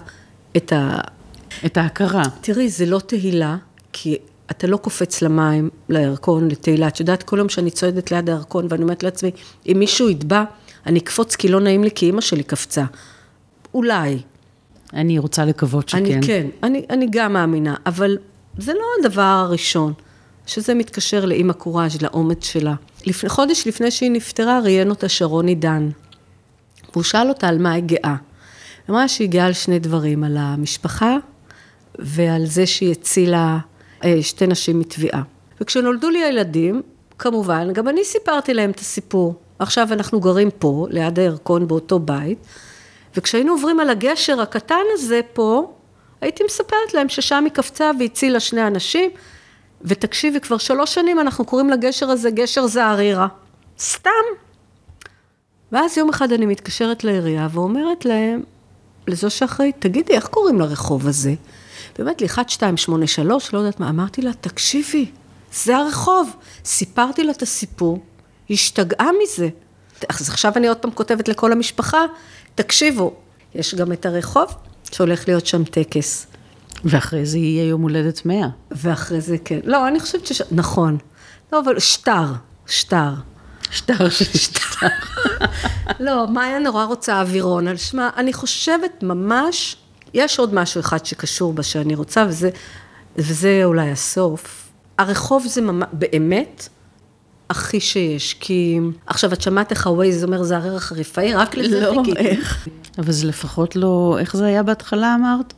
את ההכרה. תראי, זה לא תהילה, כי אתה לא קופץ למים, לירקון, לתהילה. את יודעת, כל יום שאני צועדת ליד הירקון, ואני אומרת לעצמי, אם מישהו יתבע, אני אקפוץ כי לא נעים לי, כי אמא שלי קפצה. אולי. אני רוצה לקוות שכן. אני גם מאמינה, אבל זה לא הדבר הראשון, שזה מתקשר לאמא קוראז' לאומץ שלה. חודש לפני שהיא נפטרה, ראיין אותה שרון עידן, והוא שאל אותה על מה היא גאה. אמרה שהיא גאה על שני דברים, על המשפחה, ועל זה שהיא הצילה שתי נשים מתביעה. וכשנולדו לי הילדים, כמובן, גם אני סיפרתי להם את הסיפור. עכשיו אנחנו גרים פה, ליד הירקון, באותו בית, וכשהיינו עוברים על הגשר הקטן הזה פה, הייתי מספרת להם ששם היא קפצה והצילה שני אנשים, ותקשיבי, כבר 3 שנים אנחנו קוראים לגשר הזה גשר זערירה. סתם. ואז יום אחד אני מתקשרת לעירייה ואומרת להם, לזו שאחראית, תגידי, איך קוראים לרחוב הזה? באמת לי 1283, לא יודעת מה, אמרתי לה, תקשיבי, זה הרחוב. סיפרתי לה את הסיפור, היא השתגעה מזה. אז עכשיו אני עוד פעם כותבת לכל המשפחה, תקשיבו, יש גם את הרחוב שהולך להיות שם טקס. ואחרי זה יהיה יום הולדת 100. ואחרי זה כן. לא, אני חושבת נכון. לא, אבל שטר. לא, מאיה נורא רוצה אווירון על שמה. אני חושבת ממש, יש עוד משהו אחד שקשור בה שאני רוצה, וזה אולי הסוף. הרחוב זה באמת הכי שיש, כי עכשיו את שמעת איך הווייז אומר זעריר החריפאי, רק לזה חיכיתי. לא, איך? אבל זה לפחות לא, איך זה היה בהתחלה אמרת?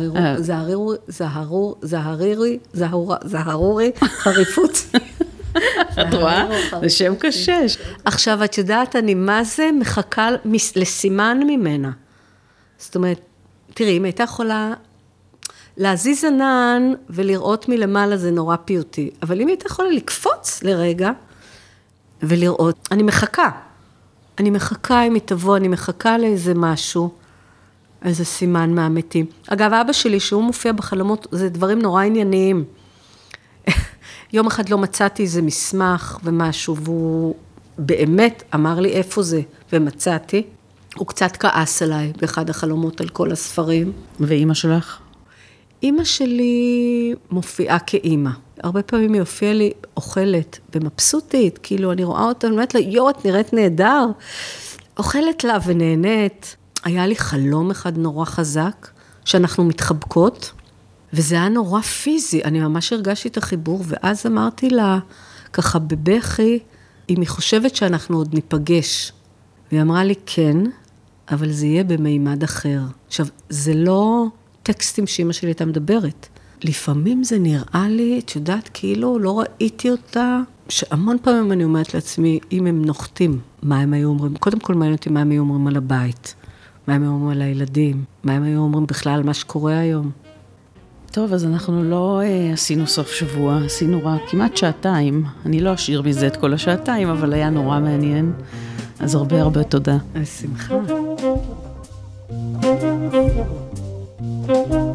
זהרורי, חריפות. את רואה? זה שם קשה. עכשיו, את יודעת, אני מה זה מחכה לסימן ממנה. זאת אומרת, תראי, אם הייתה יכולה להזיז ענן ולראות מלמעלה זה נורא פיוטי, אבל אם הייתה יכולה לקפוץ לרגע, ולראות. אני מחכה אם היא תבוא, אני מחכה לאיזה משהו, איזה סימן מהמתים. אגב, אבא שלי, שהוא מופיע בחלומות, זה דברים נורא ענייניים. יום אחד לא מצאתי איזה מסמך ומשהו, והוא באמת אמר לי איפה זה, ומצאתי. הוא קצת כעס עליי באחד החלומות על כל הספרים. ואימא שלך? אימא שלי מופיעה כאימא. הרבה פעמים היא הופיעה לי אוכלת ומבסוטית, כאילו אני רואה אותה, אני אומרת לה, יו, את נראית נהדר. אוכלת לה ונהנית. היה לי חלום אחד נורא חזק, שאנחנו מתחבקות, וזה היה נורא פיזי. אני ממש הרגשתי את החיבור, ואז אמרתי לה, ככה בבכי, אם היא חושבת שאנחנו עוד ניפגש. והיא אמרה לי, כן, אבל זה יהיה במימד אחר. עכשיו, זה לא טקסטים שאמא שלי הייתה מדברת. לפעמים זה נראה לי, את יודעת, כאילו לא ראיתי אותה, שהמון פעמים אני אומרת לעצמי, אם הם נוחתים, מה הם היו אומרים? קודם כל מעניין אותי מה הם היו אומרים על הבית, מה הם היו אומרים על הילדים, מה הם היו אומרים בכלל על מה שקורה היום. טוב, אז אנחנו לא עשינו סוף שבוע, עשינו רק כמעט שעתיים. אני לא אשאיר מזה את כל השעתיים, אבל היה נורא מעניין. אז הרבה תודה. שמחה.